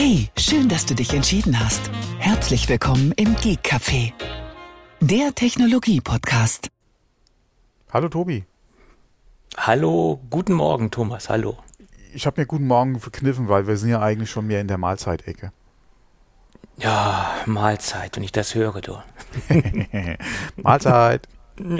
Hey, schön, dass du dich entschieden hast. Herzlich willkommen im Geek Café, der Technologie-Podcast. Hallo Tobi. Hallo, guten Morgen Thomas, hallo. Ich habe mir guten Morgen verkniffen, weil wir sind ja eigentlich schon mehr in der Mahlzeitecke. Ja, Mahlzeit, wenn ich das höre, du. Mahlzeit.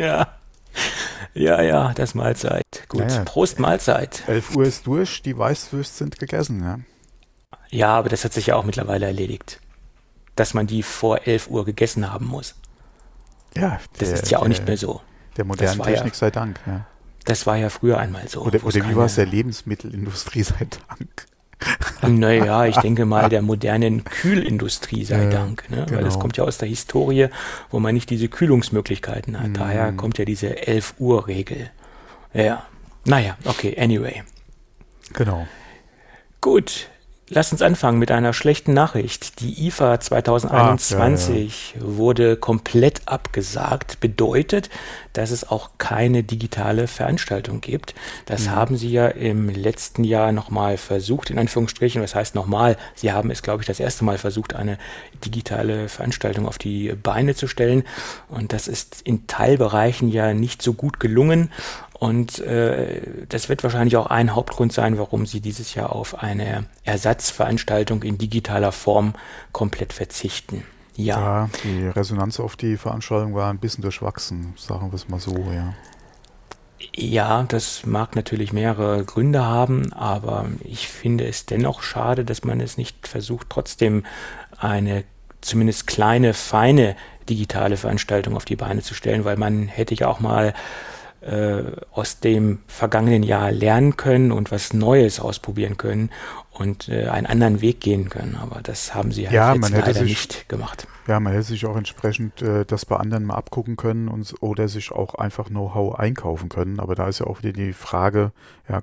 Ja, das Mahlzeit. Gut, Ja. Prost Mahlzeit. 11 Uhr ist durch, die Weißwürste sind gegessen. Ja, Ja, aber das hat sich ja auch mittlerweile erledigt, dass man die vor 11 Uhr gegessen haben muss. ja Das ist ja auch nicht mehr so. Der modernen Das war Technik sei Dank. Ja. Das war ja früher einmal so. Oder wie war es der Lebensmittelindustrie sei Dank? Naja, ich denke mal der modernen Kühlindustrie sei Dank, ne? Weil das genau. kommt ja aus der Historie, wo man nicht diese Kühlungsmöglichkeiten hat. Daher kommt ja diese 11 Uhr Regel. Ja, naja, okay, anyway. Genau. Gut, lass uns anfangen mit einer schlechten Nachricht. Die IFA 2021 wurde komplett abgesagt. Bedeutet, dass es auch keine digitale Veranstaltung gibt. Das haben sie ja im letzten Jahr nochmal versucht, in Anführungsstrichen. Was heißt nochmal? Sie haben es, glaube ich, das erste Mal versucht, eine digitale Veranstaltung auf die Beine zu stellen. Und das ist in Teilbereichen ja nicht so gut gelungen. Und das wird wahrscheinlich auch ein Hauptgrund sein, warum sie dieses Jahr auf eine Ersatzveranstaltung in digitaler Form komplett verzichten. Ja. Ja, die Resonanz auf die Veranstaltung war ein bisschen durchwachsen, sagen wir es mal so, ja. Ja, das mag natürlich mehrere Gründe haben, aber ich finde es dennoch schade, dass man es nicht versucht, trotzdem eine zumindest kleine, feine digitale Veranstaltung auf die Beine zu stellen, weil man hätte ja auch mal aus dem vergangenen Jahr lernen können und was Neues ausprobieren können und einen anderen Weg gehen können. Aber das haben sie halt jetzt leider nicht gemacht. Ja, man hätte sich auch entsprechend das bei anderen mal abgucken können oder sich auch einfach Know-how einkaufen können. Aber da ist ja auch wieder die Frage, ja,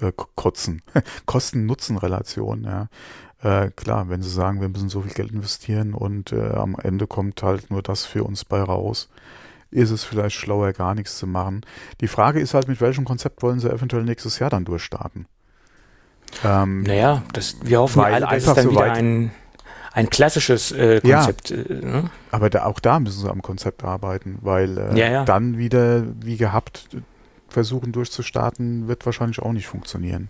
Kosten-Nutzen-Relation, ja. Klar, wenn sie sagen, wir müssen so viel Geld investieren und am Ende kommt halt nur das für uns bei raus, ist es vielleicht schlauer, gar nichts zu machen. Die Frage ist halt, mit welchem Konzept wollen sie eventuell nächstes Jahr dann durchstarten? Naja, wir hoffen alle, dass es dann wieder ein klassisches Konzept. Ne? Aber auch da müssen sie am Konzept arbeiten, weil dann wieder, wie gehabt, versuchen durchzustarten, wird wahrscheinlich auch nicht funktionieren.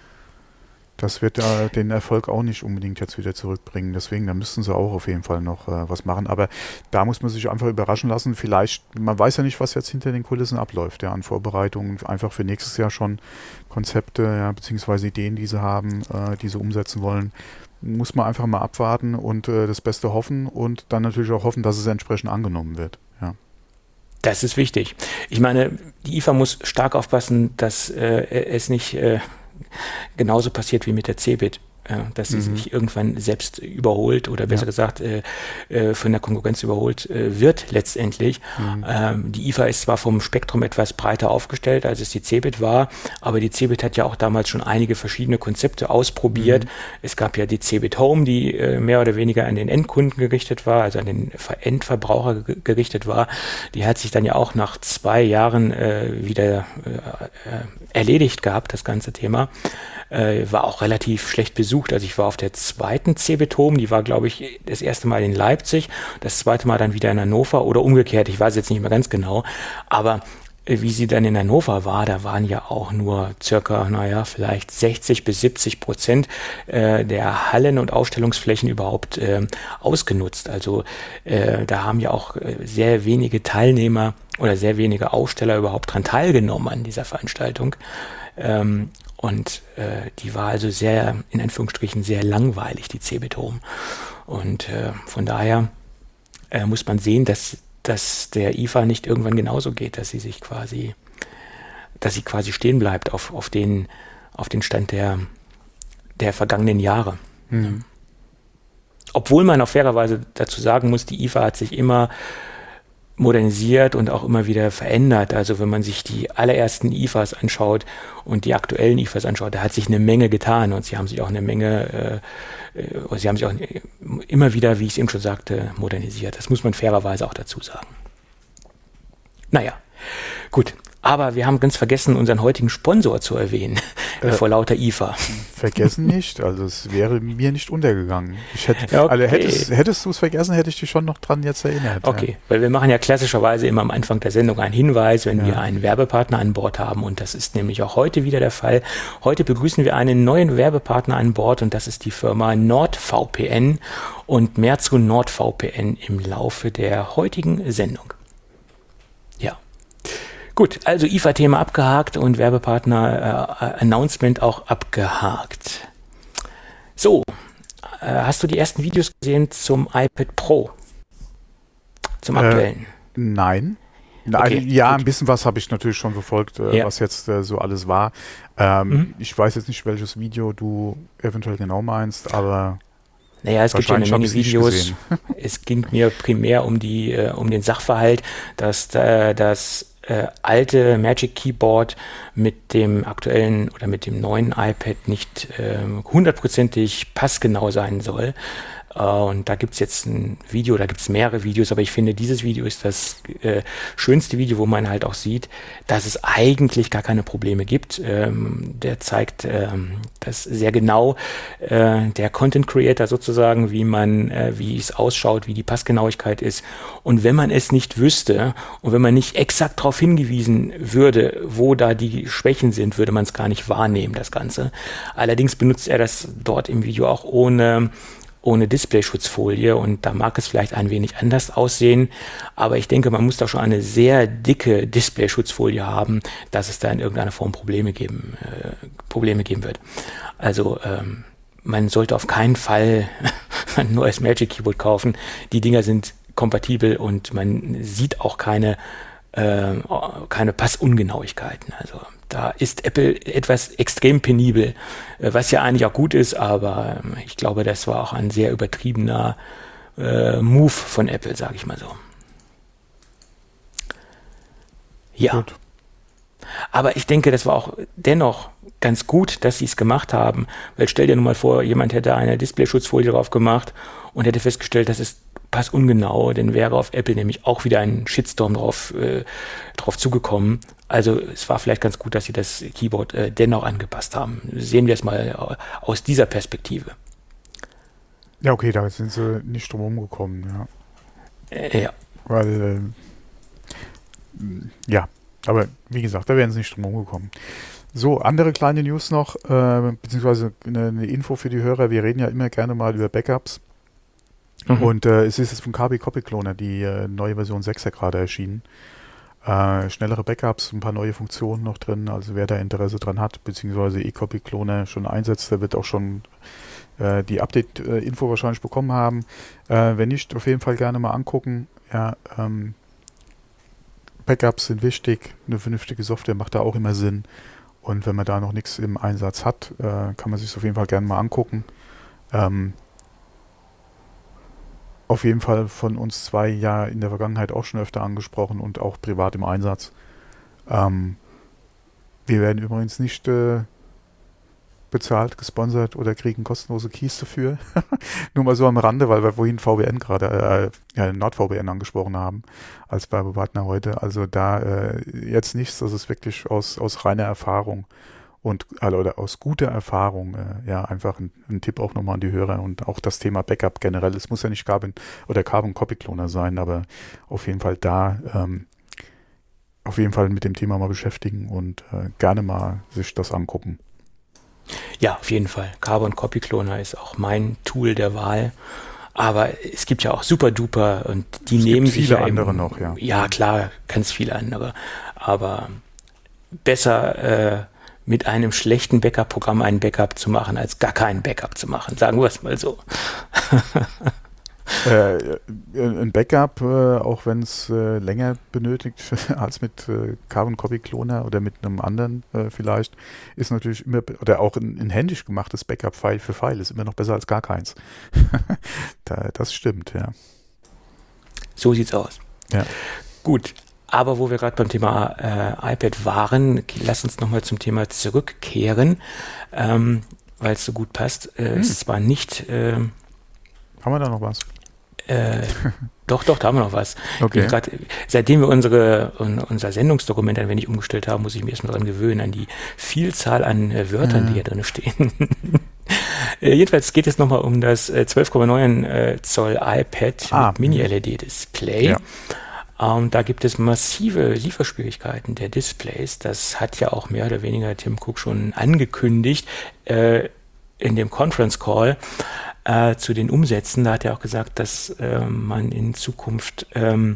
Das wird den Erfolg auch nicht unbedingt jetzt wieder zurückbringen. Deswegen, da müssten sie auch auf jeden Fall noch was machen. Aber da muss man sich einfach überraschen lassen. Vielleicht, man weiß ja nicht, was jetzt hinter den Kulissen abläuft, ja, an Vorbereitungen, einfach für nächstes Jahr schon Konzepte, ja, beziehungsweise Ideen, die sie haben, die sie umsetzen wollen. Muss man einfach mal abwarten und das Beste hoffen und dann natürlich auch hoffen, dass es entsprechend angenommen wird. Ja. Das ist wichtig. Ich meine, die IFA muss stark aufpassen, dass es nicht genauso passiert wie mit der CeBIT, dass sie sich irgendwann selbst überholt oder besser gesagt von der Konkurrenz überholt wird letztendlich. Die IFA ist zwar vom Spektrum etwas breiter aufgestellt, als es die CeBIT war, aber die CeBIT hat ja auch damals schon einige verschiedene Konzepte ausprobiert. Es gab ja die CeBIT Home, die mehr oder weniger an den Endkunden gerichtet war, also an den Endverbraucher gerichtet war. Die hat sich dann ja auch nach 2 Jahren wieder erledigt gehabt, das ganze Thema. War auch relativ schlecht besucht. Also ich war auf der zweiten CeBIT Home, die war, glaube ich, das erste Mal in Leipzig, das zweite Mal dann wieder in Hannover oder umgekehrt, ich weiß jetzt nicht mehr ganz genau, aber wie sie dann in Hannover war, da waren ja auch nur circa, vielleicht 60-70% der Hallen und Ausstellungsflächen überhaupt ausgenutzt. Also da haben ja auch sehr wenige Teilnehmer oder sehr wenige Aussteller überhaupt dran teilgenommen an dieser Veranstaltung. Und die war also sehr, in Anführungsstrichen, sehr langweilig, die CeBIT Home. Und von daher muss man sehen, dass der IFA nicht irgendwann genauso geht, dass sie quasi stehen bleibt auf den Stand der vergangenen Jahre. Obwohl man auch fairerweise dazu sagen muss, die IFA hat sich immer modernisiert und auch immer wieder verändert. Also wenn man sich die allerersten IFAs anschaut und die aktuellen IFAs anschaut, da hat sich eine Menge getan und sie haben sich auch immer wieder, wie ich es eben schon sagte, modernisiert. Das muss man fairerweise auch dazu sagen. Naja, gut. Aber wir haben ganz vergessen, unseren heutigen Sponsor zu erwähnen, vor lauter IFA. Vergessen nicht, also es wäre mir nicht untergegangen. Also hättest du es vergessen, hätte ich dich schon noch dran jetzt erinnert. Okay, weil wir machen ja klassischerweise immer am Anfang der Sendung einen Hinweis, wenn wir einen Werbepartner an Bord haben, und das ist nämlich auch heute wieder der Fall. Heute begrüßen wir einen neuen Werbepartner an Bord, und das ist die Firma NordVPN, und mehr zu NordVPN im Laufe der heutigen Sendung. Ja. Gut, also IFA-Thema abgehakt und Werbepartner-Announcement auch abgehakt. So, hast du die ersten Videos gesehen zum iPad Pro? Zum aktuellen? Nein. Okay, ja, gut. Ein bisschen was habe ich natürlich schon verfolgt, was jetzt so alles war. Ich weiß jetzt nicht, welches Video du eventuell genau meinst, aber... Naja, es gibt ja eine Menge Videos. Es ging mir primär um den Sachverhalt, dass das alte Magic Keyboard mit dem aktuellen oder mit dem neuen iPad nicht 100%ig passgenau sein soll. Und da gibt es jetzt ein Video, da gibt es mehrere Videos, aber ich finde, dieses Video ist das schönste Video, wo man halt auch sieht, dass es eigentlich gar keine Probleme gibt. Der zeigt das sehr genau, der Content Creator sozusagen, wie es ausschaut, wie die Passgenauigkeit ist. Und wenn man es nicht wüsste und wenn man nicht exakt darauf hingewiesen würde, wo da die Schwächen sind, würde man es gar nicht wahrnehmen, das Ganze. Allerdings benutzt er das dort im Video auch ohne Displayschutzfolie, und da mag es vielleicht ein wenig anders aussehen, aber ich denke, man muss da schon eine sehr dicke Displayschutzfolie haben, dass es da in irgendeiner Form Probleme geben wird. Also man sollte auf keinen Fall ein neues Magic Keyboard kaufen. Die Dinger sind kompatibel und man sieht auch keine Passungenauigkeiten. Also da ist Apple etwas extrem penibel, was ja eigentlich auch gut ist, aber ich glaube, das war auch ein sehr übertriebener Move von Apple, sage ich mal so. Ja. Gut. Aber ich denke, das war auch dennoch ganz gut, dass sie es gemacht haben, weil stell dir nun mal vor, jemand hätte eine Displayschutzfolie drauf gemacht und hätte festgestellt, das ist passungenau, dann wäre auf Apple nämlich auch wieder ein Shitstorm drauf zugekommen. Also es war vielleicht ganz gut, dass sie das Keyboard dennoch angepasst haben. Sehen wir es mal aus dieser Perspektive. Ja, okay, da sind sie nicht drum rumgekommen, ja. Ja. Weil, ja, aber wie gesagt, da wären sie nicht drum rumgekommen. So, andere kleine News noch, beziehungsweise eine Info für die Hörer. Wir reden ja immer gerne mal über Backups. Und es ist jetzt von KB Copy Cloner die neue Version 6 gerade erschienen. Schnellere Backups, ein paar neue Funktionen noch drin. Also wer da Interesse dran hat, beziehungsweise eCopy Cloner schon einsetzt, der wird auch schon die Update-Info wahrscheinlich bekommen haben. Wenn nicht, auf jeden Fall gerne mal angucken. Ja, Backups sind wichtig. Eine vernünftige Software macht da auch immer Sinn. Und wenn man da noch nichts im Einsatz hat, kann man sich das auf jeden Fall gerne mal angucken. Auf jeden Fall von uns zwei ja in der Vergangenheit auch schon öfter angesprochen und auch privat im Einsatz. Wir werden übrigens nicht bezahlt, gesponsert oder kriegen kostenlose Keys dafür. Nur mal so am Rande, weil wir vorhin VPN gerade, NordVPN angesprochen haben als Werbepartner heute. Also da jetzt nichts, das ist wirklich aus reiner Erfahrung oder aus guter Erfahrung, einfach ein Tipp auch nochmal an die Hörer und auch das Thema Backup generell. Es muss ja nicht Carbon Copy Cloner sein, aber auf jeden Fall auf jeden Fall mit dem Thema mal beschäftigen und gerne mal sich das angucken. Ja, auf jeden Fall. Carbon Copy Cloner ist auch mein Tool der Wahl. Aber es gibt ja auch Super Duper und die nehmen sich ja viele andere noch, ja. Ja, klar, ganz viele andere. Aber besser mit einem schlechten Backup-Programm ein Backup zu machen, als gar kein Backup zu machen. Sagen wir es mal so. Ein Backup, auch wenn es länger benötigt als mit Carbon Copy Cloner oder mit einem anderen vielleicht, ist natürlich immer, oder auch ein händisch gemachtes Backup File für File ist immer noch besser als gar keins. Das stimmt, ja. So sieht's aus. Ja. Gut. Aber wo wir gerade beim Thema iPad waren, lass uns nochmal zum Thema zurückkehren, weil es so gut passt. Es ist zwar nicht... Haben wir da noch was? Doch, da haben wir noch was. Okay. Seitdem wir unser Sendungsdokument ein wenig umgestellt haben, muss ich mich erstmal daran gewöhnen, an die Vielzahl an Wörtern, die hier drin stehen. Jedenfalls geht es nochmal um das 12,9 Zoll iPad mit Mini-LED-Display. Ja. Da gibt es massive Lieferschwierigkeiten der Displays. Das hat ja auch mehr oder weniger Tim Cook schon angekündigt in dem Conference Call. Zu den Umsätzen, da hat er auch gesagt, dass man in Zukunft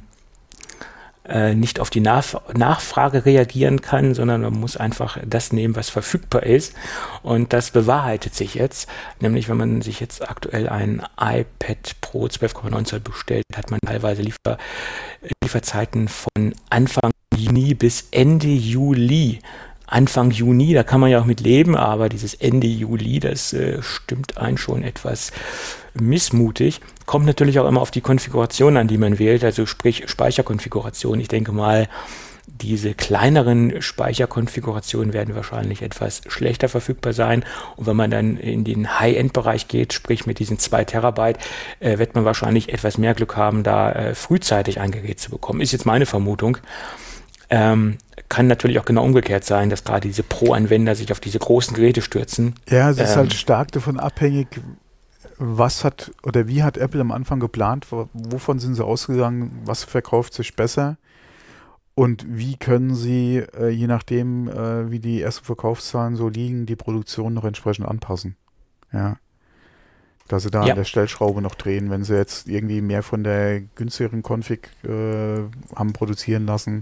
nicht auf die Nachfrage reagieren kann, sondern man muss einfach das nehmen, was verfügbar ist. Und das bewahrheitet sich jetzt. Nämlich, wenn man sich jetzt aktuell ein iPad Pro 12,9 Zoll bestellt, hat man teilweise Lieferzeiten von Anfang Juni bis Ende Juli. Anfang Juni, da kann man ja auch mit leben, aber dieses Ende Juli, das stimmt einen schon etwas missmutig. Kommt natürlich auch immer auf die Konfiguration an, die man wählt, also sprich Speicherkonfiguration. Ich denke mal, diese kleineren Speicherkonfigurationen werden wahrscheinlich etwas schlechter verfügbar sein. Und wenn man dann in den High-End-Bereich geht, sprich mit diesen 2 Terabyte, wird man wahrscheinlich etwas mehr Glück haben, da frühzeitig ein Gerät zu bekommen. Ist jetzt meine Vermutung. Kann natürlich auch genau umgekehrt sein, dass gerade diese Pro-Anwender sich auf diese großen Geräte stürzen. Ja, es ist halt stark davon abhängig, wie hat Apple am Anfang geplant, wovon sind sie ausgegangen, was verkauft sich besser und wie können sie, je nachdem, wie die ersten Verkaufszahlen so liegen, die Produktion noch entsprechend anpassen. Ja. Dass sie da an der Stellschraube noch drehen, wenn sie jetzt irgendwie mehr von der günstigeren Config haben produzieren lassen,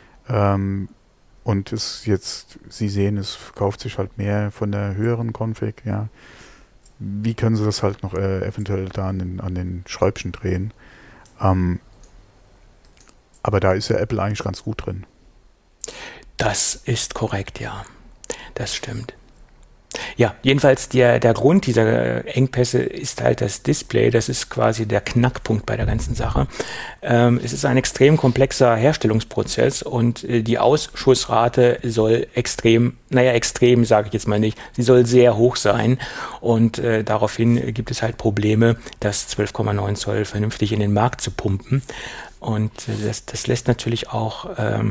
und Sie sehen, es verkauft sich halt mehr von der höheren Config, ja. Wie können sie das halt noch eventuell da an den Schräubchen drehen? Aber da ist ja Apple eigentlich ganz gut drin. Das ist korrekt, ja. Das stimmt. Ja, jedenfalls der Grund dieser Engpässe ist halt das Display. Das ist quasi der Knackpunkt bei der ganzen Sache. Es ist ein extrem komplexer Herstellungsprozess und die Ausschussrate soll extrem sage ich jetzt mal nicht, sie soll sehr hoch sein und daraufhin gibt es halt Probleme, das 12,9 Zoll vernünftig in den Markt zu pumpen und das lässt natürlich auch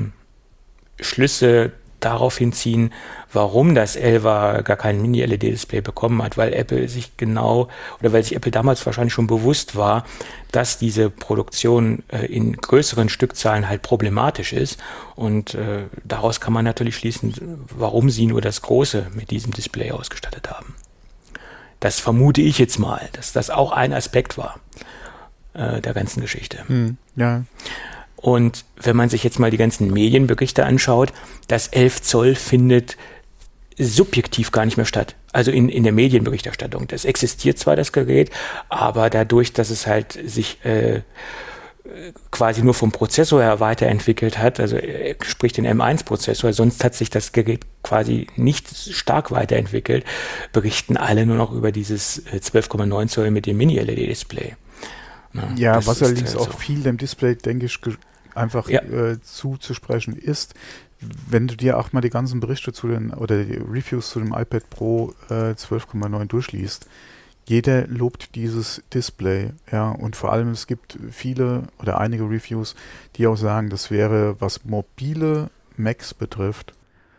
Schlüsse darauf hinziehen, warum das 11er gar kein Mini-LED-Display bekommen hat, weil sich Apple damals wahrscheinlich schon bewusst war, dass diese Produktion in größeren Stückzahlen halt problematisch ist und daraus kann man natürlich schließen, warum sie nur das Große mit diesem Display ausgestattet haben. Das vermute ich jetzt mal, dass das auch ein Aspekt war der ganzen Geschichte. Ja. Und wenn man sich jetzt mal die ganzen Medienberichte anschaut, das 11 Zoll findet subjektiv gar nicht mehr statt. Also in der Medienberichterstattung. Das existiert zwar, das Gerät, aber dadurch, dass es halt sich quasi nur vom Prozessor her weiterentwickelt hat, also sprich den M1-Prozessor, sonst hat sich das Gerät quasi nicht stark weiterentwickelt, berichten alle nur noch über dieses 12,9 Zoll mit dem Mini-LED-Display. Ja, was allerdings auch viel dem Display, denke ich, einfach zuzusprechen ist, wenn du dir auch mal die ganzen Berichte oder die Reviews zu dem iPad Pro 12,9 durchliest, jeder lobt dieses Display, ja, und vor allem es gibt viele oder einige Reviews, die auch sagen, das wäre, was mobile Macs betrifft,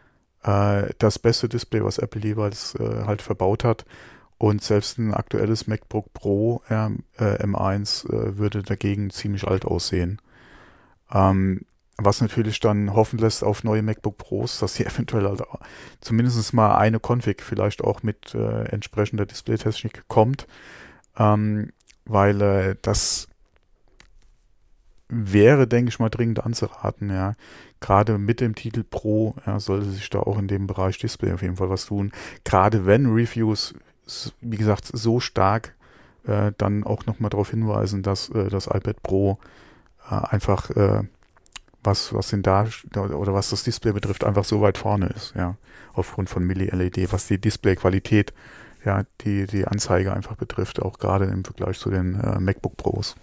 das beste Display, was Apple jeweils halt verbaut hat. Und selbst ein aktuelles MacBook Pro M1 würde dagegen ziemlich alt aussehen. Was natürlich dann hoffen lässt auf neue MacBook Pros, dass sie eventuell halt zumindest mal eine Config vielleicht auch mit entsprechender Displaytechnik kommt. Weil das wäre, denke ich mal, dringend anzuraten. Ja. Gerade mit dem Titel Pro sollte sich da auch in dem Bereich Display auf jeden Fall was tun. Gerade wenn Reviews, wie gesagt, so stark dann auch nochmal darauf hinweisen, dass das iPad Pro einfach was das Display betrifft, einfach so weit vorne ist, ja, aufgrund von Mini-LED, was die Displayqualität, ja, die Anzeige einfach betrifft, auch gerade im Vergleich zu den MacBook Pros.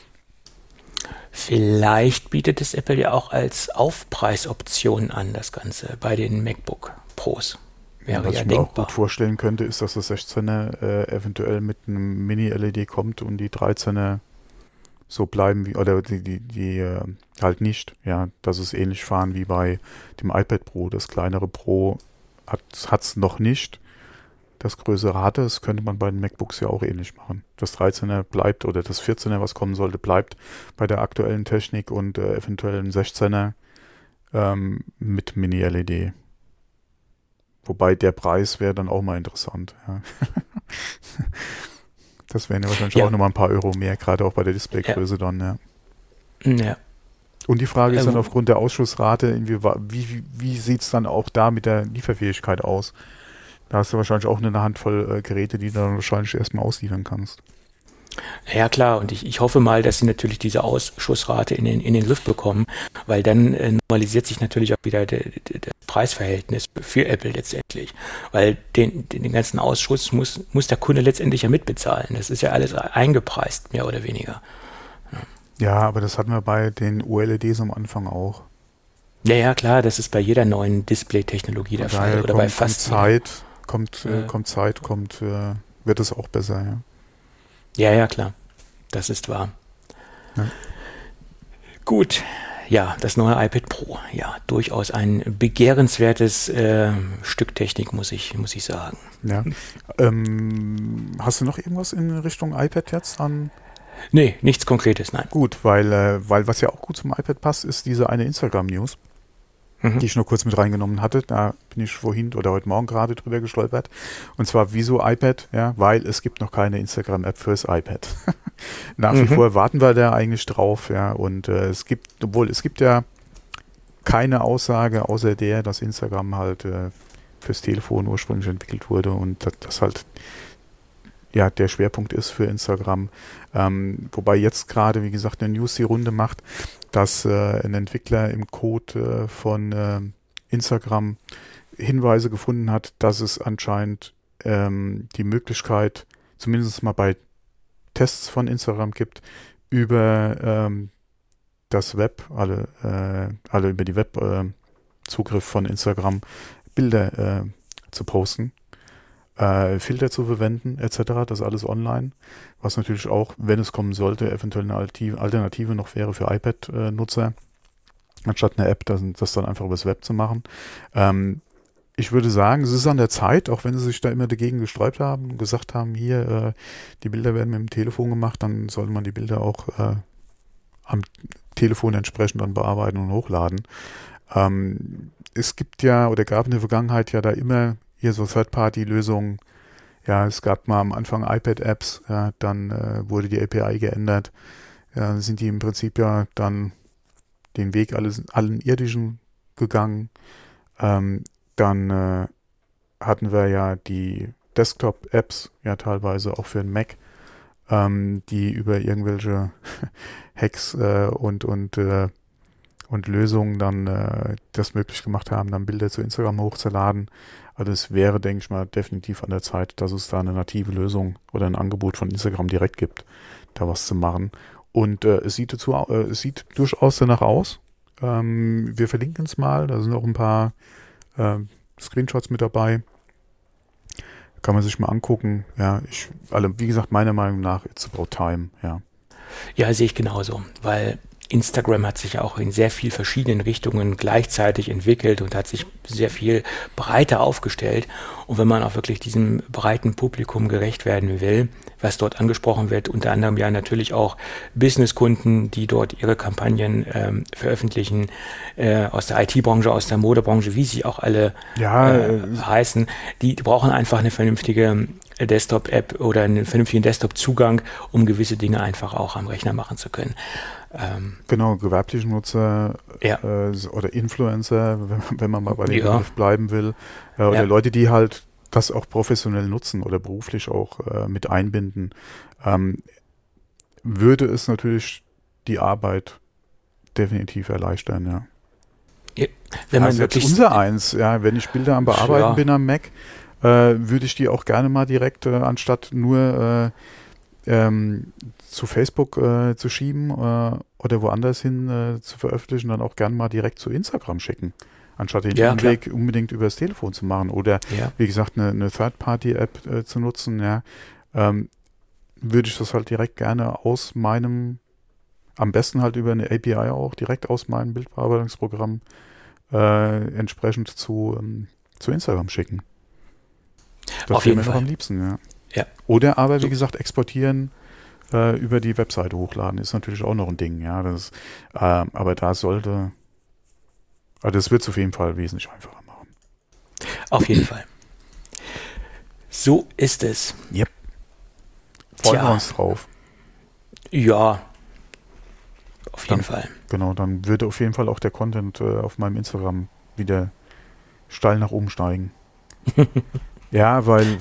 Vielleicht bietet es Apple ja auch als Aufpreisoption an, das Ganze bei den MacBook Pros. Was ich mir auch gut vorstellen könnte, ist, dass das 16er eventuell mit einem Mini-LED kommt und die 13er so bleiben wie, oder die halt nicht, ja, dass es ähnlich fahren wie bei dem iPad Pro. Das kleinere Pro hat's noch nicht. Das größere hatte es, könnte man bei den MacBooks ja auch ähnlich machen. Das 13er bleibt, oder das 14er, was kommen sollte, bleibt bei der aktuellen Technik und eventuell ein 16er mit Mini-LED. Wobei der Preis wäre dann auch mal interessant. Ja. Das wären ja wahrscheinlich auch nochmal ein paar Euro mehr, gerade auch bei der Displaygröße dann, ja. Ja. Und die Frage ist dann aufgrund der Ausschussrate, wie sieht es dann auch da mit der Lieferfähigkeit aus? Da hast du wahrscheinlich auch eine Handvoll Geräte, die du dann wahrscheinlich erstmal ausliefern kannst. Ja klar, und ich hoffe mal, dass sie natürlich diese Ausschussrate in den Griff bekommen, weil dann normalisiert sich natürlich auch wieder das Preisverhältnis für Apple letztendlich, weil den ganzen Ausschuss muss der Kunde letztendlich ja mitbezahlen. Das ist ja alles eingepreist, mehr oder weniger. Ja, aber das hatten wir bei den OLEDs am Anfang auch. Ja, klar, das ist bei jeder neuen Display-Technologie der Fall. Oder bei fast wird es auch besser, ja. Ja, klar. Das ist wahr. Ja. Gut. Ja, das neue iPad Pro. Ja, durchaus ein begehrenswertes Stück Technik, muss ich sagen. Ja. Hast du noch irgendwas in Richtung iPad jetzt an? Nee, nichts Konkretes, nein. Gut, weil was ja auch gut zum iPad passt, ist diese eine Instagram-News, die ich nur kurz mit reingenommen hatte. Da bin ich vorhin oder heute Morgen gerade drüber gestolpert. Und zwar wieso iPad? Ja, weil es gibt noch keine Instagram-App fürs iPad. Nach wie vor warten wir da eigentlich drauf. Ja, und es gibt ja keine Aussage außer der, dass Instagram halt fürs Telefon ursprünglich entwickelt wurde und das halt ja der Schwerpunkt ist für Instagram. Wobei jetzt gerade, wie gesagt, eine News die Runde macht, dass ein Entwickler im Code von Instagram Hinweise gefunden hat, dass es anscheinend die Möglichkeit, zumindest mal bei Tests von Instagram gibt, über das Web, alle über die Web-Zugriff von Instagram Bilder zu posten, Filter zu verwenden, etc. Das alles online, was natürlich auch, wenn es kommen sollte, eventuell eine Alternative noch wäre für iPad-Nutzer, anstatt eine App, das dann einfach übers Web zu machen. Ich würde sagen, es ist an der Zeit, auch wenn sie sich da immer dagegen gesträubt haben und gesagt haben, hier, die Bilder werden mit dem Telefon gemacht, dann sollte man die Bilder auch am Telefon entsprechend dann bearbeiten und hochladen. Es gibt ja, oder gab in der Vergangenheit ja da immer hier so Third-Party-Lösungen. Ja, es gab mal am Anfang iPad-Apps, ja, dann wurde die API geändert. Ja, sind die im Prinzip ja dann den Weg allen Irdischen gegangen. Dann hatten wir ja die Desktop-Apps, ja teilweise auch für den Mac, die über irgendwelche Hacks und Lösungen dann das möglich gemacht haben, dann Bilder zu Instagram hochzuladen. Also es wäre, denke ich mal, definitiv an der Zeit, dass es da eine native Lösung oder ein Angebot von Instagram direkt gibt, da was zu machen. Und es sieht durchaus danach aus. Wir verlinken es mal, da sind auch ein paar Screenshots mit dabei. Kann man sich mal angucken. Ja, wie gesagt, meiner Meinung nach, it's about time, ja. Ja, sehe ich genauso, weil Instagram hat sich ja auch in sehr vielen verschiedenen Richtungen gleichzeitig entwickelt und hat sich sehr viel breiter aufgestellt. Und wenn man auch wirklich diesem breiten Publikum gerecht werden will, was dort angesprochen wird, unter anderem ja natürlich auch Businesskunden, die dort ihre Kampagnen veröffentlichen, aus der IT-Branche, aus der Modebranche, wie sie auch alle heißen, die brauchen einfach eine vernünftige Desktop-App oder einen vernünftigen Desktop-Zugang, um gewisse Dinge einfach auch am Rechner machen zu können. Genau, gewerbliche Nutzer oder Influencer, wenn man mal bei dem Begriff bleiben will, oder Leute, die halt das auch professionell nutzen oder beruflich auch mit einbinden, würde es natürlich die Arbeit definitiv erleichtern, ja. Wenn man also wirklich wenn ich Bilder am Bearbeiten bin am Mac, würde ich die auch gerne mal direkt, anstatt nur zu Facebook zu schieben oder woanders hin zu veröffentlichen, dann auch gerne mal direkt zu Instagram schicken, anstatt den Weg unbedingt über das Telefon zu machen oder wie gesagt eine Third-Party-App zu nutzen, würde ich das halt direkt gerne aus meinem am besten halt über eine API auch direkt aus meinem Bildbearbeitungsprogramm entsprechend zu Instagram schicken. Das auf jeden Fall am liebsten, ja. Oder aber, wie gesagt, exportieren, über die Webseite hochladen, ist natürlich auch noch ein Ding, ja. Aber das wird es auf jeden Fall wesentlich einfacher machen. Auf jeden Fall. So ist es. Yep. Freuen wir uns drauf. Ja, auf jeden Fall. Genau, dann würde auf jeden Fall auch der Content auf meinem Instagram wieder steil nach oben steigen. Ja, weil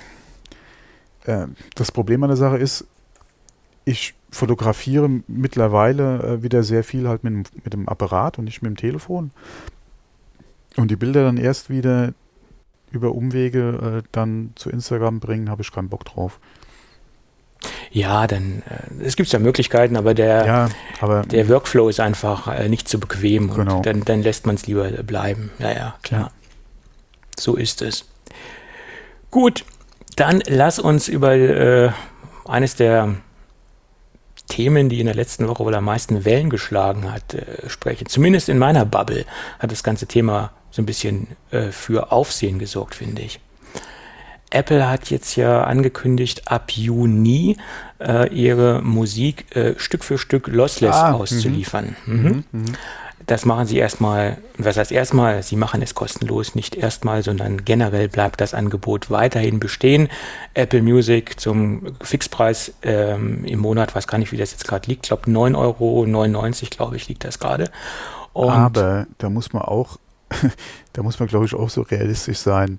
das Problem an der Sache ist, ich fotografiere mittlerweile wieder sehr viel halt mit dem Apparat und nicht mit dem Telefon. Und die Bilder dann erst wieder über Umwege dann zu Instagram bringen, habe ich keinen Bock drauf. Ja, dann es gibt ja Möglichkeiten, aber der Workflow ist einfach nicht so bequem und dann lässt man es lieber bleiben. Ja, klar. Ja. So ist es. Gut, dann lass uns über eines der Themen, die in der letzten Woche wohl am meisten Wellen geschlagen hat, sprechen. Zumindest in meiner Bubble hat das ganze Thema so ein bisschen für Aufsehen gesorgt, finde ich. Apple hat jetzt ja angekündigt, ab Juni ihre Musik Stück für Stück lossless auszuliefern. Das machen sie erstmal, was heißt erstmal? Sie machen es kostenlos, nicht erstmal, sondern generell bleibt das Angebot weiterhin bestehen. Apple Music zum Fixpreis im Monat, weiß gar nicht, wie das jetzt gerade liegt, ich glaube 9,99 €, glaube ich, liegt das gerade. Aber da muss man glaube ich auch so realistisch sein.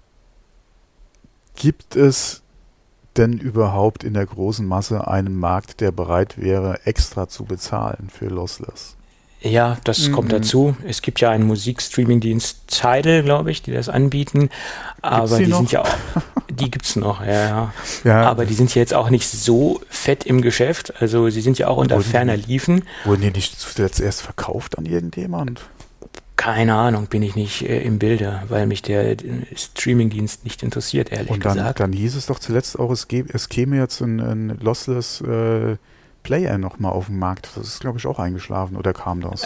Gibt es denn überhaupt in der großen Masse einen Markt, der bereit wäre, extra zu bezahlen für Lossless? Ja, das kommt dazu. Es gibt ja einen Musikstreaming-Dienst Tidal, glaube ich, die das anbieten. Aber die sind ja auch, die gibt's noch, ja. Aber die sind ja jetzt auch nicht so fett im Geschäft. Also sie sind ja auch unter ferner Liefen. Wurden die nicht zuletzt erst verkauft an irgendjemand? Keine Ahnung, bin ich nicht im Bilde, weil mich der Streaming-Dienst nicht interessiert, ehrlich gesagt. Dann hieß es doch zuletzt auch, es käme jetzt ein Lossless Player nochmal auf den Markt. Das ist, glaube ich, auch eingeschlafen, oder kam das?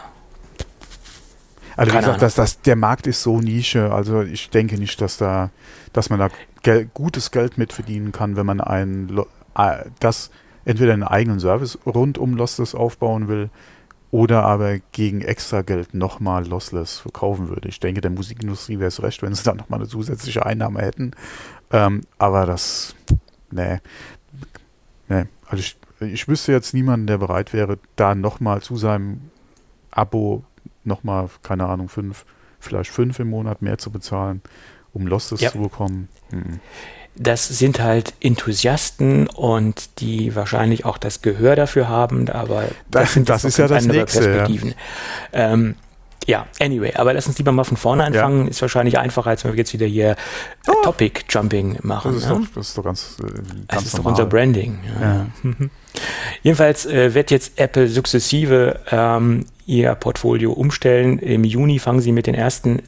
Also wie gesagt, der Markt ist so Nische, also ich denke nicht, dass man da gutes Geld mit verdienen kann, wenn man entweder einen eigenen Service rund um Lossless aufbauen will oder aber gegen extra Geld nochmal Lossless verkaufen würde. Ich denke, der Musikindustrie wäre es recht, wenn sie dann nochmal eine zusätzliche Einnahme hätten. Aber also ich wüsste jetzt niemanden, der bereit wäre, da nochmal zu seinem Abo nochmal, keine Ahnung, vielleicht 5 im Monat mehr zu bezahlen, um Lossless zu bekommen. Das sind halt Enthusiasten und die wahrscheinlich auch das Gehör dafür haben, aber das ist ja das nächste. Perspektiven. Anyway, aber lass uns lieber mal von vorne anfangen. Ist wahrscheinlich einfacher, als wenn wir jetzt wieder hier Topic-Jumping machen. Das ist doch ganz das ist doch unser Branding. Ja. Jedenfalls wird jetzt Apple sukzessive ihr Portfolio umstellen. Im Juni fangen sie mit den ersten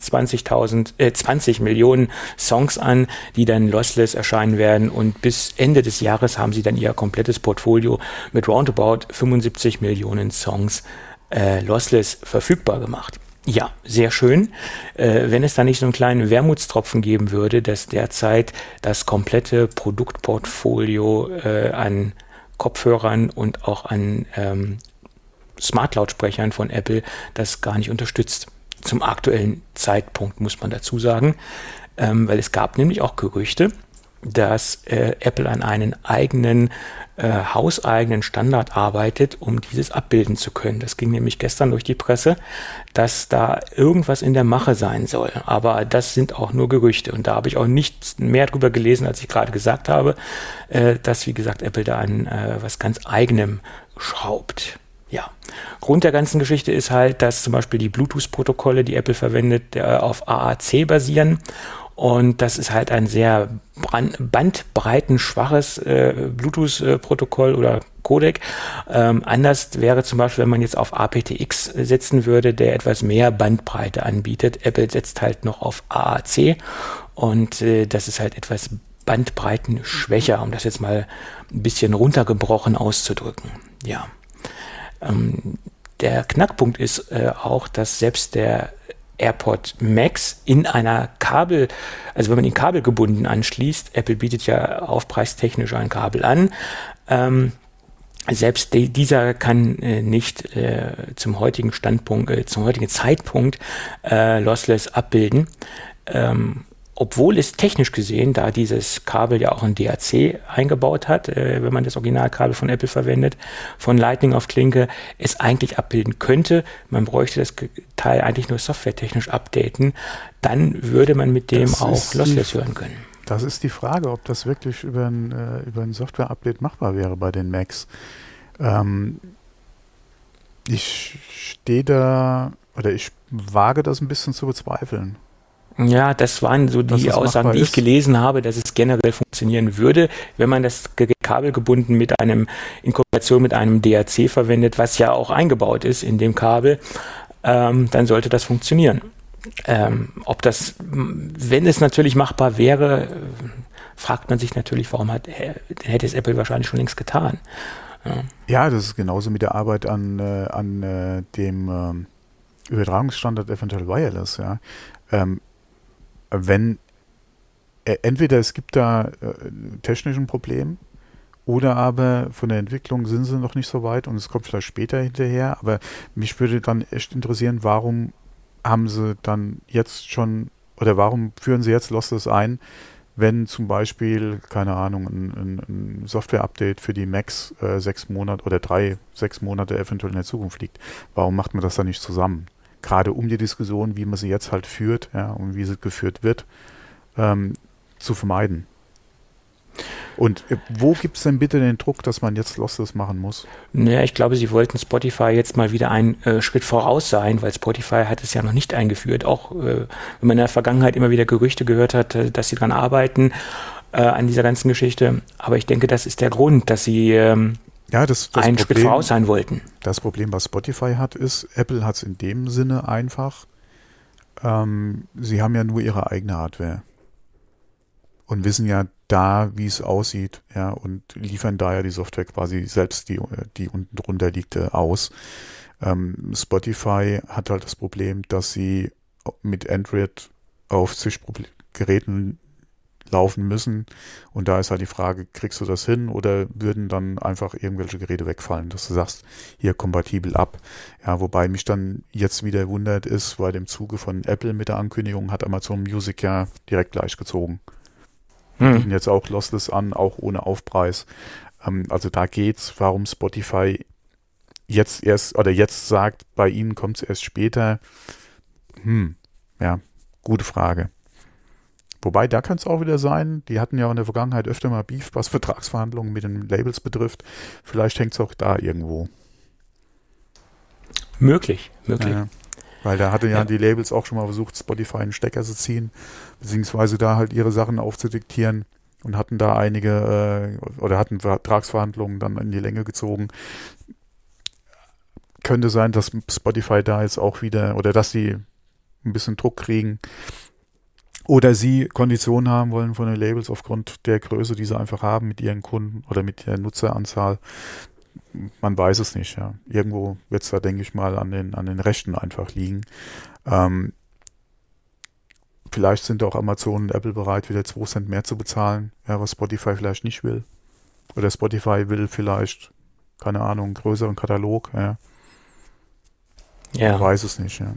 20 Millionen Songs an, die dann lossless erscheinen werden, und bis Ende des Jahres haben sie dann ihr komplettes Portfolio mit roundabout 75 Millionen Songs lossless verfügbar gemacht. Ja, sehr schön. Wenn es da nicht so einen kleinen Wermutstropfen geben würde, dass derzeit das komplette Produktportfolio an Kopfhörern und auch an Smart-Lautsprechern von Apple das gar nicht unterstützt. Zum aktuellen Zeitpunkt muss man dazu sagen, weil es gab nämlich auch Gerüchte, dass Apple an einen eigenen hauseigenen Standard arbeitet, um dieses abbilden zu können. Das ging nämlich gestern durch die Presse, dass da irgendwas in der Mache sein soll. Aber das sind auch nur Gerüchte. Und da habe ich auch nicht mehr drüber gelesen, als ich gerade gesagt habe, dass, wie gesagt, Apple da an was ganz Eigenem schraubt. Ja, Grund der ganzen Geschichte ist halt, dass zum Beispiel die Bluetooth-Protokolle, die Apple verwendet, auf AAC basieren. Und das ist halt ein sehr bandbreitenschwaches Bluetooth-Protokoll oder Codec. Anders wäre zum Beispiel, wenn man jetzt auf aptX setzen würde, der etwas mehr Bandbreite anbietet. Apple setzt halt noch auf AAC und das ist halt etwas bandbreitenschwächer, um das jetzt mal ein bisschen runtergebrochen auszudrücken. Ja. Der Knackpunkt ist auch, dass selbst der AirPod Max in einer also wenn man ihn kabelgebunden anschließt, Apple bietet ja aufpreistechnisch ein Kabel an, selbst dieser kann nicht zum heutigen Zeitpunkt Lossless abbilden, obwohl es technisch gesehen, da dieses Kabel ja auch ein DAC eingebaut hat, wenn man das Originalkabel von Apple verwendet, von Lightning auf Klinke, es eigentlich abbilden könnte. Man bräuchte das Teil eigentlich nur softwaretechnisch updaten. Dann würde man mit dem auch Lossless hören können. Das ist die Frage, ob das wirklich über ein Software-Update machbar wäre bei den Macs. Ich stehe da, oder ich wage das ein bisschen zu bezweifeln. Ja, das waren so die Aussagen, die ich gelesen habe, dass es generell funktionieren würde, wenn man das Kabel gebunden in Kombination mit einem DAC verwendet, was ja auch eingebaut ist in dem Kabel, dann sollte das funktionieren. Wenn es natürlich machbar wäre, fragt man sich natürlich, warum hätte es Apple wahrscheinlich schon längst getan. Ja, das ist genauso mit der Arbeit an dem Übertragungsstandard eventuell Wireless, ja. Wenn entweder es gibt da technischen Problem oder aber von der Entwicklung sind sie noch nicht so weit und es kommt vielleicht später hinterher, aber mich würde dann echt interessieren, warum haben sie dann jetzt schon, oder warum führen sie jetzt Lossless ein, wenn zum Beispiel, keine Ahnung, ein Software-Update für die Macs 6 Monate oder 6 Monate eventuell in der Zukunft liegt. Warum macht man das dann nicht zusammen? Gerade um die Diskussion, wie man sie jetzt halt führt, ja, und wie sie geführt wird, zu vermeiden. Und wo gibt es denn bitte den Druck, dass man jetzt Lossless machen muss? Naja, ich glaube, sie wollten Spotify jetzt mal wieder einen Schritt voraus sein, weil Spotify hat es ja noch nicht eingeführt. Auch wenn man in der Vergangenheit immer wieder Gerüchte gehört hat, dass sie dran arbeiten an dieser ganzen Geschichte. Aber ich denke, das ist der Grund, dass sie einen Schritt voraus sein wollten. Das Problem, was Spotify hat, ist, Apple hat es in dem Sinne einfach, sie haben ja nur ihre eigene Hardware und wissen ja da, wie es aussieht, ja, und liefern da ja die Software quasi selbst, die unten drunter liegt, aus. Spotify hat halt das Problem, dass sie mit Android auf zig Geräten laufen müssen. Und da ist halt die Frage, kriegst du das hin oder würden dann einfach irgendwelche Geräte wegfallen, dass du sagst, hier kompatibel ab. Ja, wobei mich dann jetzt wieder wundert ist, weil im Zuge von Apple mit der Ankündigung hat Amazon Music ja direkt gleich gezogen. Die bieten jetzt auch Lossless an, auch ohne Aufpreis. Also da geht's, warum Spotify jetzt sagt, bei ihnen kommt es erst später. Ja, gute Frage. Wobei, da kann es auch wieder sein, die hatten ja in der Vergangenheit öfter mal Beef, was Vertragsverhandlungen mit den Labels betrifft. Vielleicht hängt es auch da irgendwo. Möglich. Ja, weil da hatte ja die Labels auch schon mal versucht, Spotify einen Stecker zu ziehen, beziehungsweise da halt ihre Sachen aufzudiktieren und hatten da hatten Vertragsverhandlungen dann in die Länge gezogen. Könnte sein, dass Spotify da jetzt auch wieder, oder dass sie ein bisschen Druck kriegen, oder sie Konditionen haben wollen von den Labels aufgrund der Größe, die sie einfach haben mit ihren Kunden oder mit der Nutzeranzahl. Man weiß es nicht. Ja. Irgendwo wird es da, denke ich mal, an den Rechten einfach liegen. Vielleicht sind auch Amazon und Apple bereit, wieder 2 Cent mehr zu bezahlen, ja, was Spotify vielleicht nicht will. Oder Spotify will vielleicht, keine Ahnung, einen größeren Katalog. Ja. Man weiß es nicht. Ja.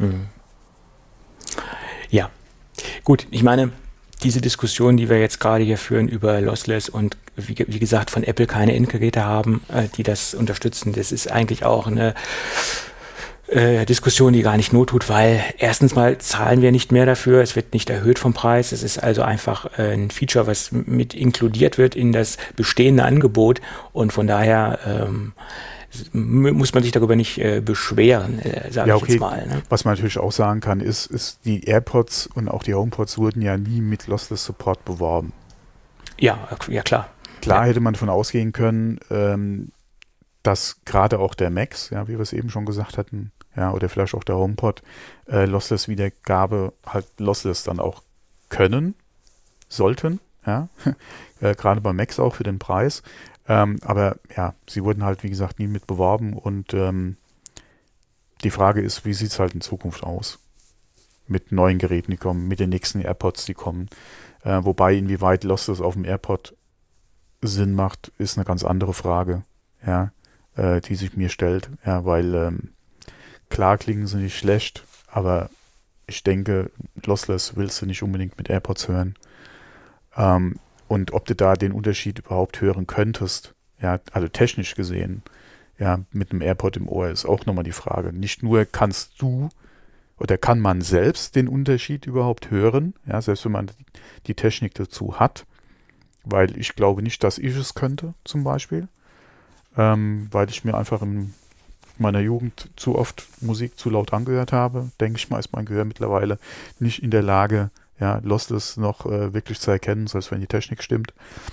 Ja. Gut, ich meine, diese Diskussion, die wir jetzt gerade hier führen über Lossless und wie gesagt von Apple keine Endgeräte haben, die das unterstützen, das ist eigentlich auch eine Diskussion, die gar nicht not tut, weil erstens mal zahlen wir nicht mehr dafür, es wird nicht erhöht vom Preis, es ist also einfach ein Feature, was mit inkludiert wird in das bestehende Angebot und von daher muss man sich darüber nicht beschweren, sage ich jetzt mal. Ne? Was man natürlich auch sagen kann, ist, die AirPods und auch die HomePods wurden ja nie mit Lossless Support beworben. Ja, klar. Klar hätte man davon ausgehen können, dass gerade auch der Max, ja, wie wir es eben schon gesagt hatten, ja, oder vielleicht auch der HomePod, Lossless-Wiedergabe halt Lossless dann auch können, sollten, ja, gerade bei Max auch für den Preis. Aber ja, sie wurden halt, wie gesagt, nie mit beworben und die Frage ist, wie sieht es halt in Zukunft aus? Mit neuen Geräten, die kommen, mit den nächsten AirPods, die kommen. Wobei, inwieweit Lossless auf dem AirPod Sinn macht, ist eine ganz andere Frage, ja, die sich mir stellt. Ja, weil klar klingen sie nicht schlecht, aber ich denke, Lossless willst du nicht unbedingt mit AirPods hören. Und ob du da den Unterschied überhaupt hören könntest, ja, also technisch gesehen, ja, mit einem AirPod im Ohr ist auch nochmal die Frage. Nicht nur kannst du oder kann man selbst den Unterschied überhaupt hören, ja, selbst wenn man die Technik dazu hat, weil ich glaube nicht, dass ich es könnte, zum Beispiel, weil ich mir einfach in meiner Jugend zu oft Musik zu laut angehört habe. Denke ich mal, ist mein Gehör mittlerweile nicht in der Lage, ja, Lossless noch wirklich zu erkennen, selbst wenn die Technik stimmt.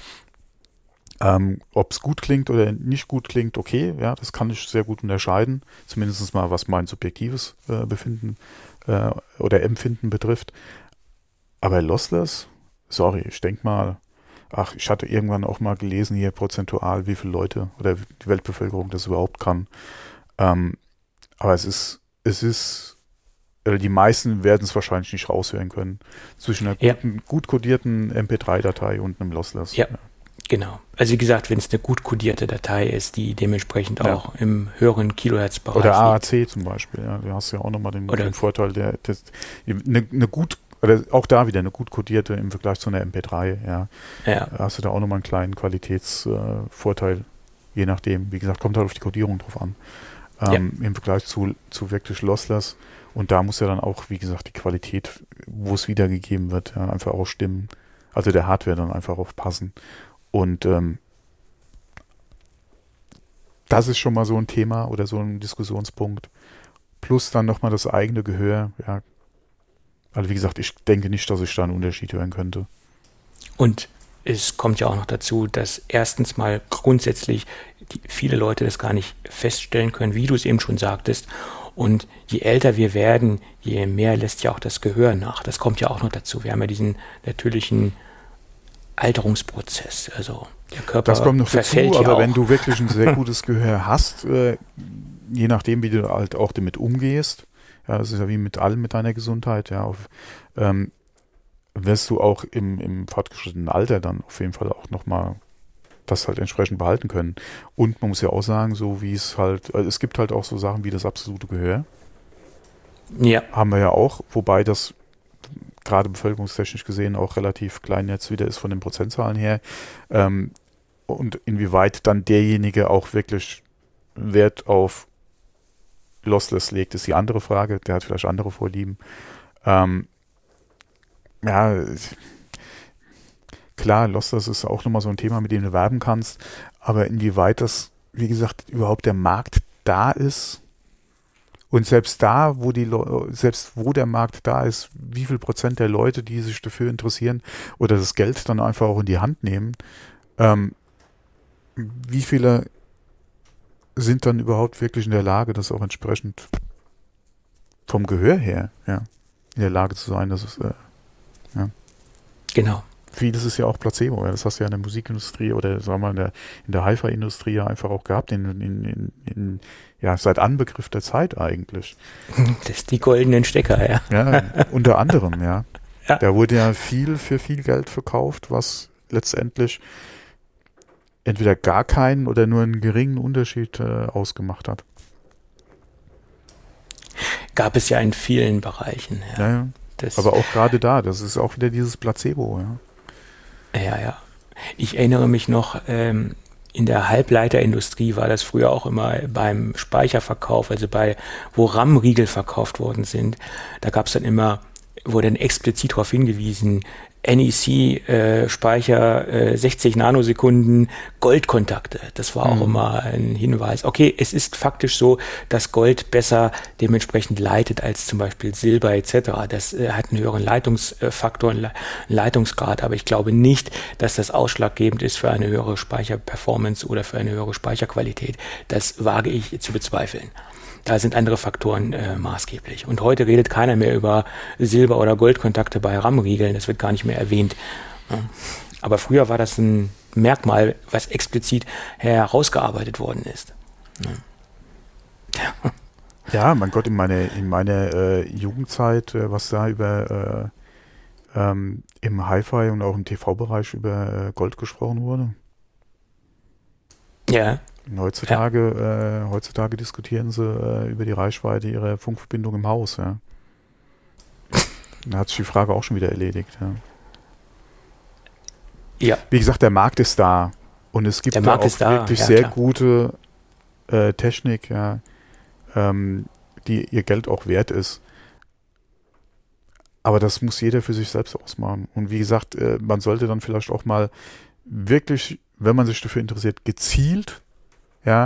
Ob es gut klingt oder nicht gut klingt, okay, ja, das kann ich sehr gut unterscheiden, zumindest mal was mein subjektives Befinden oder Empfinden betrifft. Aber Lossless, sorry, ich denke mal, ich hatte irgendwann auch mal gelesen hier prozentual, wie viele Leute oder die Weltbevölkerung das überhaupt kann. Aber es ist, die meisten werden es wahrscheinlich nicht raushören können, zwischen einer gut kodierten MP3-Datei und einem Lossless. Ja. Genau. Also wie gesagt, wenn es eine gut kodierte Datei ist, die dementsprechend auch im höheren Kilohertz-Bereich oder AAC zum Beispiel, ja, du hast ja auch nochmal den Vorteil, eine gut, oder auch da wieder eine gut kodierte im Vergleich zu einer MP3, ja. Hast du da auch nochmal einen kleinen Qualitätsvorteil, je nachdem, wie gesagt, kommt halt auf die Kodierung drauf an, im Vergleich zu wirklich Lossless, und da muss ja dann auch, wie gesagt, die Qualität, wo es wiedergegeben wird, ja, einfach auch stimmen, also der Hardware dann einfach auch passen. Und das ist schon mal so ein Thema oder so ein Diskussionspunkt. Plus dann nochmal das eigene Gehör. Ja. Also wie gesagt, ich denke nicht, dass ich da einen Unterschied hören könnte. Und es kommt ja auch noch dazu, dass erstens mal grundsätzlich viele Leute das gar nicht feststellen können, wie du es eben schon sagtest. Und je älter wir werden, je mehr lässt ja auch das Gehör nach. Das kommt ja auch noch dazu. Wir haben ja diesen natürlichen Alterungsprozess, also der Körper das kommt noch verfällt dazu, aber auch. Wenn du wirklich ein sehr gutes Gehör hast, je nachdem, wie du halt auch damit umgehst, ja, das ist ja wie mit allem mit deiner Gesundheit, ja, wirst du auch im fortgeschrittenen Alter dann auf jeden Fall auch nochmal das halt entsprechend behalten können. Und man muss ja auch sagen, so wie es halt, es gibt halt auch so Sachen wie das absolute Gehör. Ja. Haben wir ja auch, wobei das gerade bevölkerungstechnisch gesehen auch relativ klein jetzt wieder ist von den Prozentzahlen her. Und inwieweit dann derjenige auch wirklich Wert auf Lossless legt, ist die andere Frage. Der hat vielleicht andere Vorlieben. Klar, Lossless ist auch nochmal so ein Thema, mit dem du werben kannst. Aber inwieweit das, wie gesagt, überhaupt der Markt da ist, und selbst da, wo der Markt da ist, wie viel Prozent der Leute, die sich dafür interessieren oder das Geld dann einfach auch in die Hand nehmen, wie viele sind dann überhaupt wirklich in der Lage, das auch entsprechend vom Gehör her, ja, in der Lage zu sein, dass es, ja. Genau. Vieles ist ja auch Placebo, ja. Das hast du ja in der Musikindustrie oder sagen wir in der Hi-Fi-Industrie ja einfach auch gehabt, seit Anbegriff der Zeit eigentlich. Das ist die goldenen Stecker, ja. Ja, unter anderem, ja. Da wurde ja viel für viel Geld verkauft, was letztendlich entweder gar keinen oder nur einen geringen Unterschied ausgemacht hat. Gab es ja in vielen Bereichen. Ja. Aber auch gerade da, das ist auch wieder dieses Placebo, ja. Ja. Ich erinnere mich noch, in der Halbleiterindustrie war das früher auch immer beim Speicherverkauf, also wo RAM-Riegel verkauft worden sind. Da gab es dann immer, wurde dann explizit darauf hingewiesen, NEC-Speicher 60 Nanosekunden, Goldkontakte. Das war auch immer ein Hinweis. Okay, es ist faktisch so, dass Gold besser dementsprechend leitet als zum Beispiel Silber etc. Das hat einen höheren Leitungsfaktor, einen Leitungsgrad, aber ich glaube nicht, dass das ausschlaggebend ist für eine höhere Speicherperformance oder für eine höhere Speicherqualität. Das wage ich zu bezweifeln. Da sind andere Faktoren maßgeblich. Und heute redet keiner mehr über Silber- oder Goldkontakte bei RAM-Riegeln. Das wird gar nicht mehr erwähnt. Ja. Aber früher war das ein Merkmal, was explizit herausgearbeitet worden ist. Ja. Ja, mein Gott, in meiner Jugendzeit, was da über im Hi-Fi und auch im TV-Bereich über Gold gesprochen wurde. Ja. Heutzutage diskutieren sie über die Reichweite ihrer Funkverbindung im Haus. Ja. Da hat sich die Frage auch schon wieder erledigt. Ja. Ja. Wie gesagt, der Markt ist da und es gibt da auch wirklich sehr gute Technik, ja, die ihr Geld auch wert ist. Aber das muss jeder für sich selbst ausmachen. Und wie gesagt, man sollte dann vielleicht auch mal wirklich, wenn man sich dafür interessiert, gezielt, ja,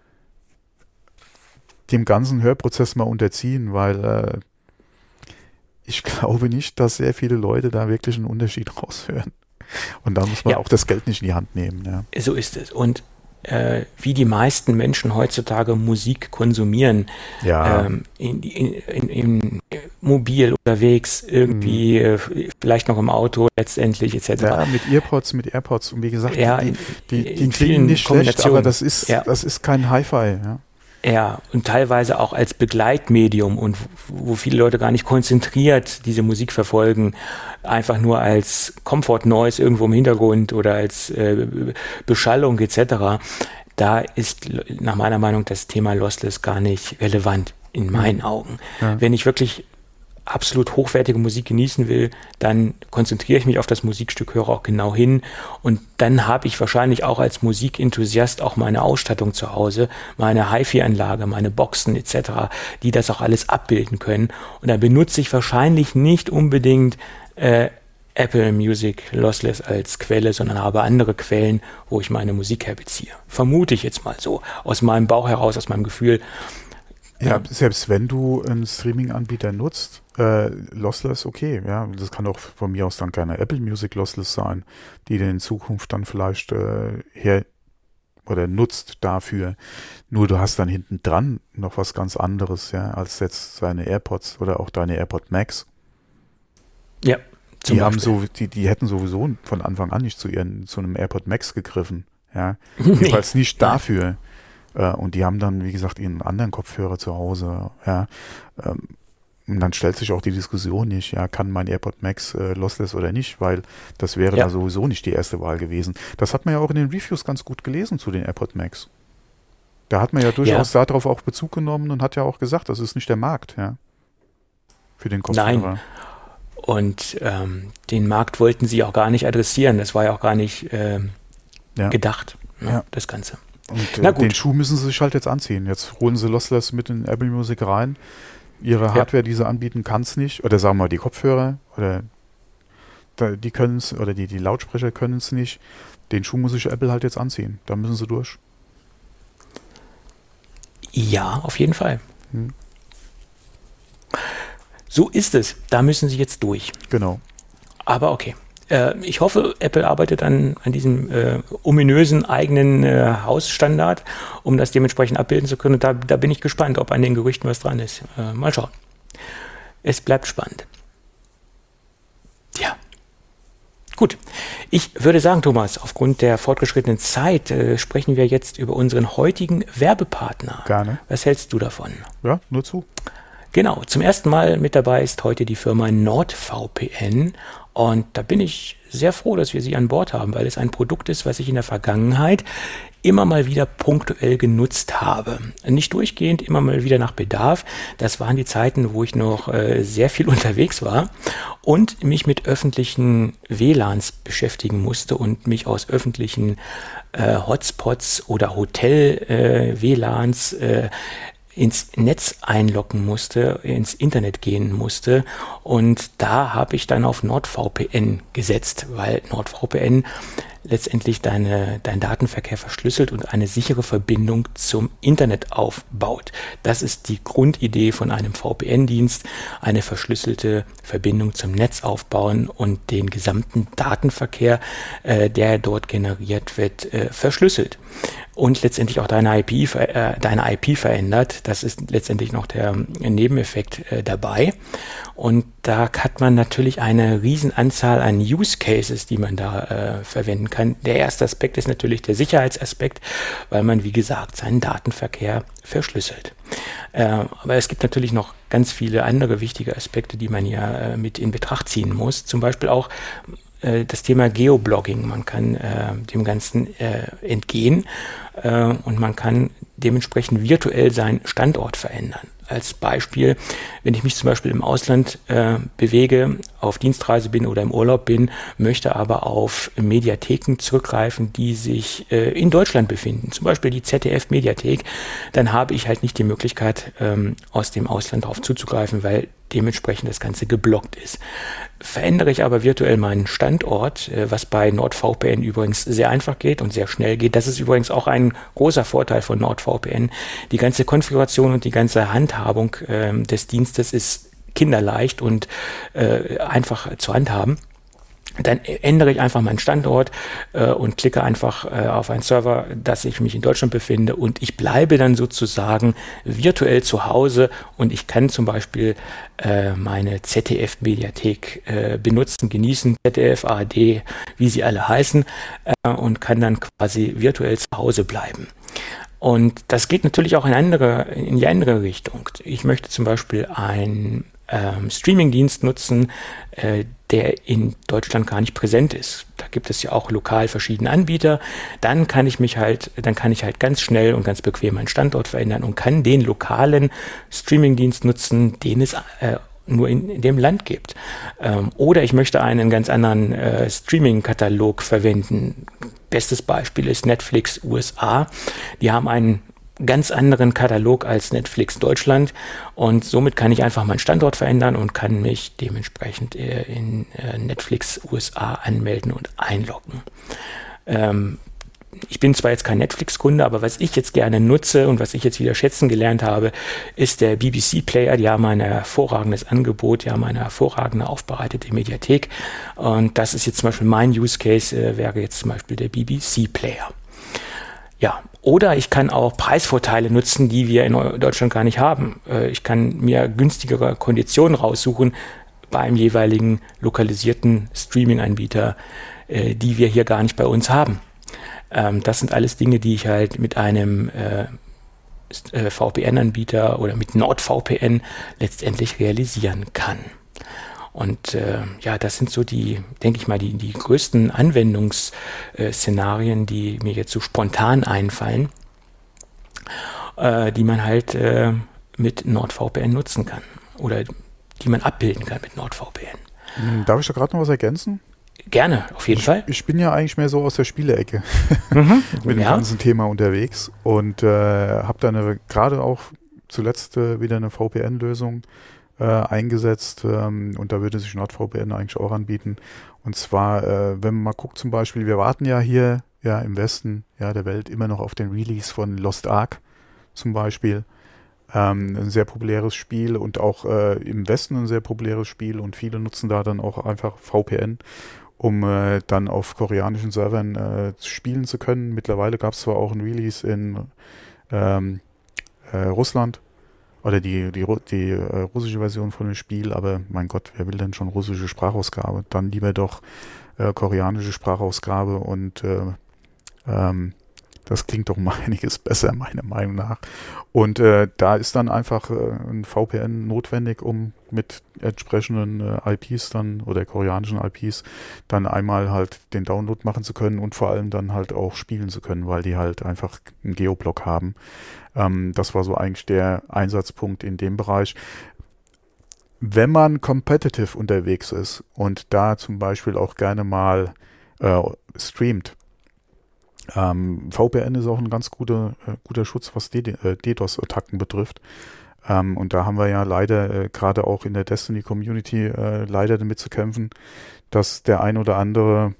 dem ganzen Hörprozess mal unterziehen, weil ich glaube nicht, dass sehr viele Leute da wirklich einen Unterschied raushören. Und da muss man auch das Geld nicht in die Hand nehmen. Ja. So ist es. Und wie die meisten Menschen heutzutage Musik konsumieren, in mobil unterwegs, irgendwie vielleicht noch im Auto letztendlich etc. Ja, mit AirPods und wie gesagt, die klingen nicht schlecht, aber das ist kein Hi-Fi. Ja. Ja, und teilweise auch als Begleitmedium und wo viele Leute gar nicht konzentriert diese Musik verfolgen, einfach nur als Comfort Noise irgendwo im Hintergrund oder als Beschallung etc. Da ist nach meiner Meinung das Thema Lossless gar nicht relevant in meinen Augen. Ja. Wenn ich wirklich absolut hochwertige Musik genießen will, dann konzentriere ich mich auf das Musikstück, höre auch genau hin und dann habe ich wahrscheinlich auch als Musikenthusiast auch meine Ausstattung zu Hause, meine HiFi-Anlage, meine Boxen etc., die das auch alles abbilden können und da benutze ich wahrscheinlich nicht unbedingt Apple Music Lossless als Quelle, sondern habe andere Quellen, wo ich meine Musik herbeziehe. Vermute ich jetzt mal so, aus meinem Bauch heraus, aus meinem Gefühl. Ja, selbst wenn du einen Streaming-Anbieter nutzt, Lossless, okay, ja, das kann auch von mir aus dann gerne Apple Music Lossless sein, die du in Zukunft dann vielleicht nutzt dafür. Nur du hast dann hinten dran noch was ganz anderes, ja, als jetzt deine AirPods oder auch deine AirPod Max. Ja, die hätten sowieso von Anfang an nicht zu einem AirPod Max gegriffen, ja, jedenfalls nicht dafür. Und die haben dann, wie gesagt, ihren anderen Kopfhörer zu Hause, ja. Und dann stellt sich auch die Diskussion nicht, ja, kann mein AirPod Max lossless oder nicht, weil das wäre da sowieso nicht die erste Wahl gewesen. Das hat man ja auch in den Reviews ganz gut gelesen zu den AirPod Max. Da hat man ja durchaus darauf auch Bezug genommen und hat ja auch gesagt, das ist nicht der Markt, ja, für den Kopfhörer. Nein. Und den Markt wollten sie auch gar nicht adressieren. Das war ja auch gar nicht gedacht, das Ganze. Und den Schuh müssen sie sich halt jetzt anziehen. Jetzt holen sie Lossless mit in Apple Music rein. Ihre Hardware, die sie anbieten, kann es nicht. Oder sagen wir mal, die Kopfhörer oder die können es, oder die Lautsprecher können es nicht. Den Schuh muss sich Apple halt jetzt anziehen. Da müssen sie durch. Ja, auf jeden Fall. So ist es. Da müssen sie jetzt durch. Genau. Aber okay. Ich hoffe, Apple arbeitet an diesem ominösen eigenen Hausstandard, um das dementsprechend abbilden zu können. Und da bin ich gespannt, ob an den Gerüchten was dran ist. Mal schauen. Es bleibt spannend. Ja. Gut. Ich würde sagen, Thomas, aufgrund der fortgeschrittenen Zeit sprechen wir jetzt über unseren heutigen Werbepartner. Gerne. Was hältst du davon? Ja, nur zu. Genau. Zum ersten Mal mit dabei ist heute die Firma NordVPN. Und da bin ich sehr froh, dass wir sie an Bord haben, weil es ein Produkt ist, was ich in der Vergangenheit immer mal wieder punktuell genutzt habe. Nicht durchgehend, immer mal wieder nach Bedarf. Das waren die Zeiten, wo ich noch sehr viel unterwegs war und mich mit öffentlichen WLANs beschäftigen musste und mich aus öffentlichen Hotspots oder Hotel-WLANs ins Netz einloggen musste, ins Internet gehen musste und da habe ich dann auf NordVPN gesetzt, weil NordVPN letztendlich deinen Datenverkehr verschlüsselt und eine sichere Verbindung zum Internet aufbaut. Das ist die Grundidee von einem VPN-Dienst, eine verschlüsselte Verbindung zum Netz aufbauen und den gesamten Datenverkehr, der dort generiert wird, verschlüsselt. Und letztendlich auch deine IP verändert. Das ist letztendlich noch der Nebeneffekt dabei. Und da hat man natürlich eine Riesenanzahl an Use Cases, die man da verwenden kann. Der erste Aspekt ist natürlich der Sicherheitsaspekt, weil man, wie gesagt, seinen Datenverkehr verschlüsselt. Aber es gibt natürlich noch ganz viele andere wichtige Aspekte, die man hier mit in Betracht ziehen muss. Zum Beispiel auch das Thema Geoblogging. Man kann dem Ganzen entgehen und man kann dementsprechend virtuell seinen Standort verändern. Als Beispiel, wenn ich mich zum Beispiel im Ausland bewege, auf Dienstreise bin oder im Urlaub bin, möchte aber auf Mediatheken zurückgreifen, die sich in Deutschland befinden, zum Beispiel die ZDF-Mediathek, dann habe ich halt nicht die Möglichkeit, aus dem Ausland darauf zuzugreifen, weil dementsprechend das Ganze geblockt ist. Verändere ich aber virtuell meinen Standort, was bei NordVPN übrigens sehr einfach geht und sehr schnell geht. Das ist übrigens auch ein großer Vorteil von NordVPN. Die ganze Konfiguration und die ganze Handhabung des Dienstes ist kinderleicht und einfach zu handhaben. Dann ändere ich einfach meinen Standort und klicke einfach auf einen Server, dass ich mich in Deutschland befinde und ich bleibe dann sozusagen virtuell zu Hause und ich kann zum Beispiel meine ZDF-Mediathek benutzen, genießen, ZDF, ARD, wie sie alle heißen und kann dann quasi virtuell zu Hause bleiben. Und das geht natürlich auch in die andere Richtung. Ich möchte zum Beispiel einen Streaming-Dienst nutzen, der in Deutschland gar nicht präsent ist. Da gibt es ja auch lokal verschiedene Anbieter. Dann kann ich halt ganz schnell und ganz bequem meinen Standort verändern und kann den lokalen Streaming-Dienst nutzen, den es nur in dem Land gibt. Oder ich möchte einen ganz anderen Streaming-Katalog verwenden. Bestes Beispiel ist Netflix USA. Die haben einen ganz anderen Katalog als Netflix Deutschland und somit kann ich einfach meinen Standort verändern und kann mich dementsprechend in Netflix USA anmelden und einloggen. Ich bin zwar jetzt kein Netflix-Kunde, aber was ich jetzt gerne nutze und was ich jetzt wieder schätzen gelernt habe, ist der BBC-Player. Die haben ein hervorragendes Angebot, die haben eine hervorragende aufbereitete Mediathek und das ist jetzt zum Beispiel mein Use Case, wäre jetzt zum Beispiel der BBC-Player. Ja, oder ich kann auch Preisvorteile nutzen, die wir in Deutschland gar nicht haben. Ich kann mir günstigere Konditionen raussuchen beim jeweiligen lokalisierten Streaming-Anbieter, die wir hier gar nicht bei uns haben. Das sind alles Dinge, die ich halt mit einem VPN-Anbieter oder mit NordVPN letztendlich realisieren kann. Und das sind so die größten Anwendungsszenarien, die mir jetzt so spontan einfallen, die man halt mit NordVPN nutzen kann oder die man abbilden kann mit NordVPN. Darf ich da gerade noch was ergänzen? Gerne, auf jeden Fall. Ich bin ja eigentlich mehr so aus der Spielecke mit dem ganzen Thema unterwegs und habe dann gerade auch zuletzt wieder eine VPN-Lösung eingesetzt und da würde sich NordVPN eigentlich auch anbieten. Und zwar, wenn man mal guckt zum Beispiel, wir warten ja hier im Westen der Welt immer noch auf den Release von Lost Ark zum Beispiel. Ein sehr populäres Spiel und auch im Westen ein sehr populäres Spiel und viele nutzen da dann auch einfach VPN, um dann auf koreanischen Servern spielen zu können. Mittlerweile gab es zwar auch ein Release in Russland, oder die russische Version von dem Spiel, aber mein Gott, wer will denn schon russische Sprachausgabe? Dann lieber doch koreanische Sprachausgabe und das klingt doch um einiges besser, meiner Meinung nach. Und da ist dann einfach ein VPN notwendig, um mit entsprechenden IPs dann oder koreanischen IPs dann einmal halt den Download machen zu können und vor allem dann halt auch spielen zu können, weil die halt einfach einen Geoblock haben. Das war so eigentlich der Einsatzpunkt in dem Bereich. Wenn man competitive unterwegs ist und da zum Beispiel auch gerne mal streamt, VPN ist auch ein ganz guter Schutz, was DDoS-Attacken betrifft. Und da haben wir ja leider gerade auch in der Destiny-Community leider damit zu kämpfen, dass der ein oder andere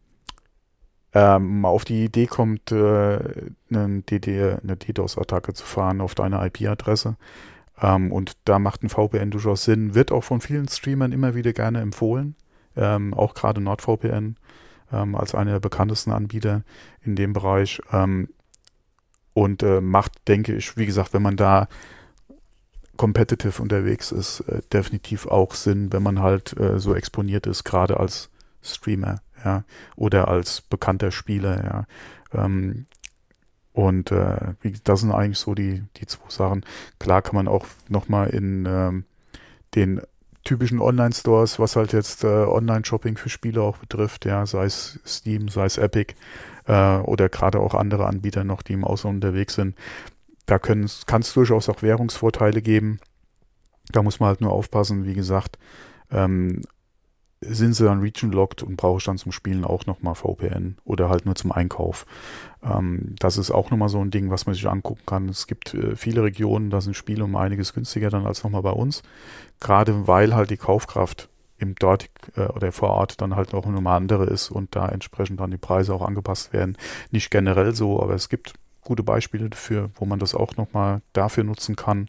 mal auf die Idee kommt, eine DDoS-Attacke zu fahren auf deine IP-Adresse. Und da macht ein VPN durchaus Sinn. Wird auch von vielen Streamern immer wieder gerne empfohlen. Auch gerade NordVPN als einer der bekanntesten Anbieter in dem Bereich. Und macht, denke ich, wie gesagt, wenn man da competitive unterwegs ist, definitiv auch Sinn, wenn man halt so exponiert ist, gerade als Streamer, ja, oder als bekannter Spieler, ja. Und das sind eigentlich so die zwei Sachen. Klar kann man auch nochmal in den typischen Online-Stores, was halt jetzt Online-Shopping für Spiele auch betrifft, ja, sei es Steam, sei es Epic oder gerade auch andere Anbieter noch, die im Ausland unterwegs sind, da kann es durchaus auch Währungsvorteile geben. Da muss man halt nur aufpassen, wie gesagt, sind sie dann region-locked und brauche ich dann zum Spielen auch nochmal VPN oder halt nur zum Einkauf. Das ist auch nochmal so ein Ding, was man sich angucken kann. Es gibt viele Regionen, da sind Spiele um einiges günstiger dann als nochmal bei uns. Gerade weil halt die Kaufkraft im dort oder vor Ort dann halt auch nochmal andere ist und da entsprechend dann die Preise auch angepasst werden. Nicht generell so, aber es gibt gute Beispiele dafür, wo man das auch nochmal dafür nutzen kann.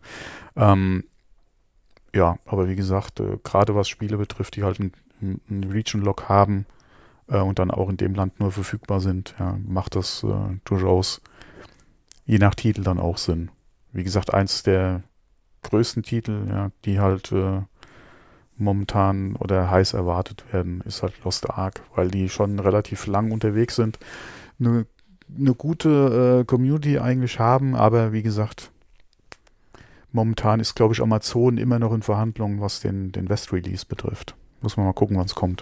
Ja, aber wie gesagt, gerade was Spiele betrifft, die halt einen Region-Lock haben und dann auch in dem Land nur verfügbar sind, ja, macht das durchaus je nach Titel dann auch Sinn. Wie gesagt, eins der größten Titel, ja, die halt momentan oder heiß erwartet werden, ist halt Lost Ark, weil die schon relativ lang unterwegs sind, eine gute Community eigentlich haben, aber wie gesagt, momentan ist, glaube ich, Amazon immer noch in Verhandlungen, was den West-Release betrifft. Muss man mal gucken, wann es kommt.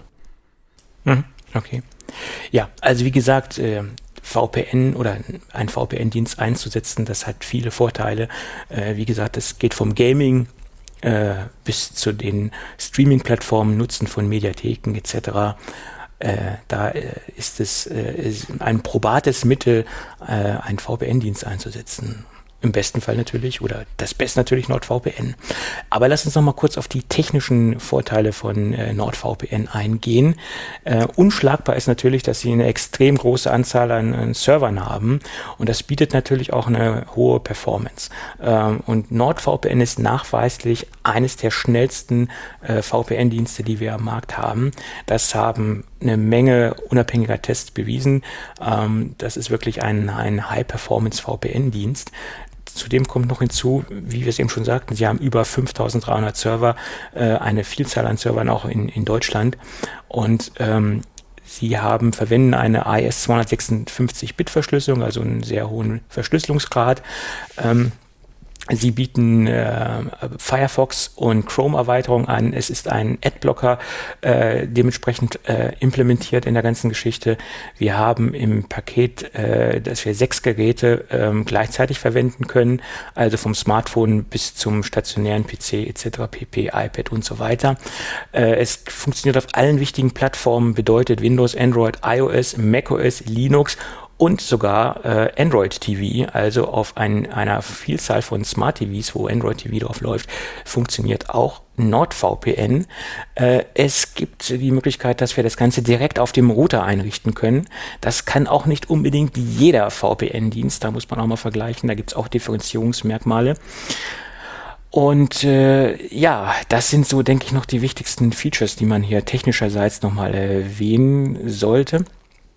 Okay. Ja, also wie gesagt, VPN oder einen VPN-Dienst einzusetzen, das hat viele Vorteile. Wie gesagt, es geht vom Gaming bis zu den Streaming-Plattformen, Nutzen von Mediatheken etc. Da ist es ein probates Mittel, einen VPN-Dienst einzusetzen. Im besten Fall natürlich, oder das Beste natürlich NordVPN. Aber lass uns noch mal kurz auf die technischen Vorteile von NordVPN eingehen. Unschlagbar ist natürlich, dass sie eine extrem große Anzahl an Servern haben und das bietet natürlich auch eine hohe Performance. Und NordVPN ist nachweislich eines der schnellsten VPN-Dienste, die wir am Markt haben. Das haben eine Menge unabhängiger Tests bewiesen. Das ist wirklich ein High-Performance-VPN-Dienst. Zudem kommt noch hinzu, wie wir es eben schon sagten, sie haben über 5300 Server, eine Vielzahl an Servern auch in Deutschland und sie verwenden eine AES-256-Bit-Verschlüsselung, also einen sehr hohen Verschlüsselungsgrad. Sie bieten Firefox und Chrome-Erweiterungen an. Es ist ein Adblocker dementsprechend implementiert in der ganzen Geschichte. Wir haben im Paket, dass wir 6 Geräte gleichzeitig verwenden können, also vom Smartphone bis zum stationären PC etc., pp, iPad und so weiter. Es funktioniert auf allen wichtigen Plattformen, bedeutet Windows, Android, iOS, macOS, Linux und sogar Android TV, also auf einer Vielzahl von Smart TVs, wo Android TV drauf läuft, funktioniert auch NordVPN. Es gibt die Möglichkeit, dass wir das Ganze direkt auf dem Router einrichten können. Das kann auch nicht unbedingt jeder VPN-Dienst, da muss man auch mal vergleichen, da gibt es auch Differenzierungsmerkmale. Und ja, das sind so, denke ich, noch die wichtigsten Features, die man hier technischerseits nochmal erwähnen sollte.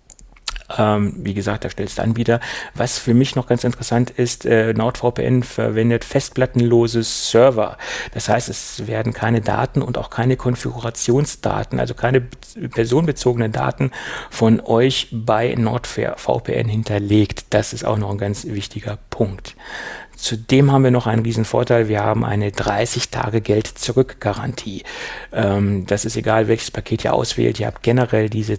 Wie gesagt, der schnellste Anbieter. Was für mich noch ganz interessant ist, NordVPN verwendet festplattenlose Server. Das heißt, es werden keine Daten und auch keine Konfigurationsdaten, also keine personenbezogenen Daten von euch bei NordVPN hinterlegt. Das ist auch noch ein ganz wichtiger Punkt. Zudem haben wir noch einen riesen Vorteil, wir haben eine 30-Tage-Geld-Zurück-Garantie. Das ist egal, welches Paket ihr auswählt, ihr habt generell diese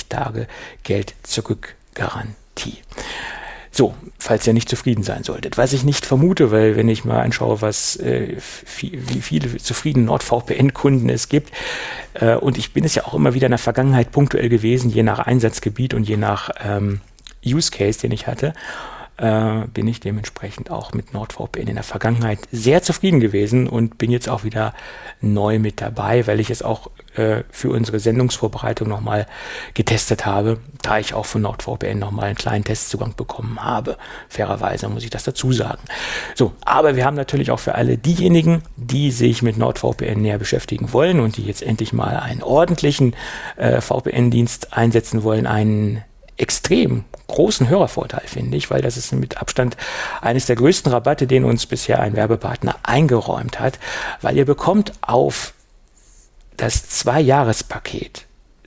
30-Tage-Geld-Zurück-Garantie. So, falls ihr nicht zufrieden sein solltet. Was ich nicht vermute, weil wenn ich mal anschaue, wie viele zufriedene NordVPN-Kunden es gibt, und ich bin es ja auch immer wieder in der Vergangenheit punktuell gewesen, je nach Einsatzgebiet und je nach Use Case, den ich hatte, bin ich dementsprechend auch mit NordVPN in der Vergangenheit sehr zufrieden gewesen und bin jetzt auch wieder neu mit dabei, weil ich es auch für unsere Sendungsvorbereitung nochmal getestet habe, da ich auch von NordVPN nochmal einen kleinen Testzugang bekommen habe. Fairerweise muss ich das dazu sagen. So, aber wir haben natürlich auch für alle diejenigen, die sich mit NordVPN näher beschäftigen wollen und die jetzt endlich mal einen ordentlichen VPN-Dienst einsetzen wollen, einen extrem großen Hörervorteil, finde ich, weil das ist mit Abstand eines der größten Rabatte, den uns bisher ein Werbepartner eingeräumt hat, weil ihr bekommt auf das 2-Jahres-Paket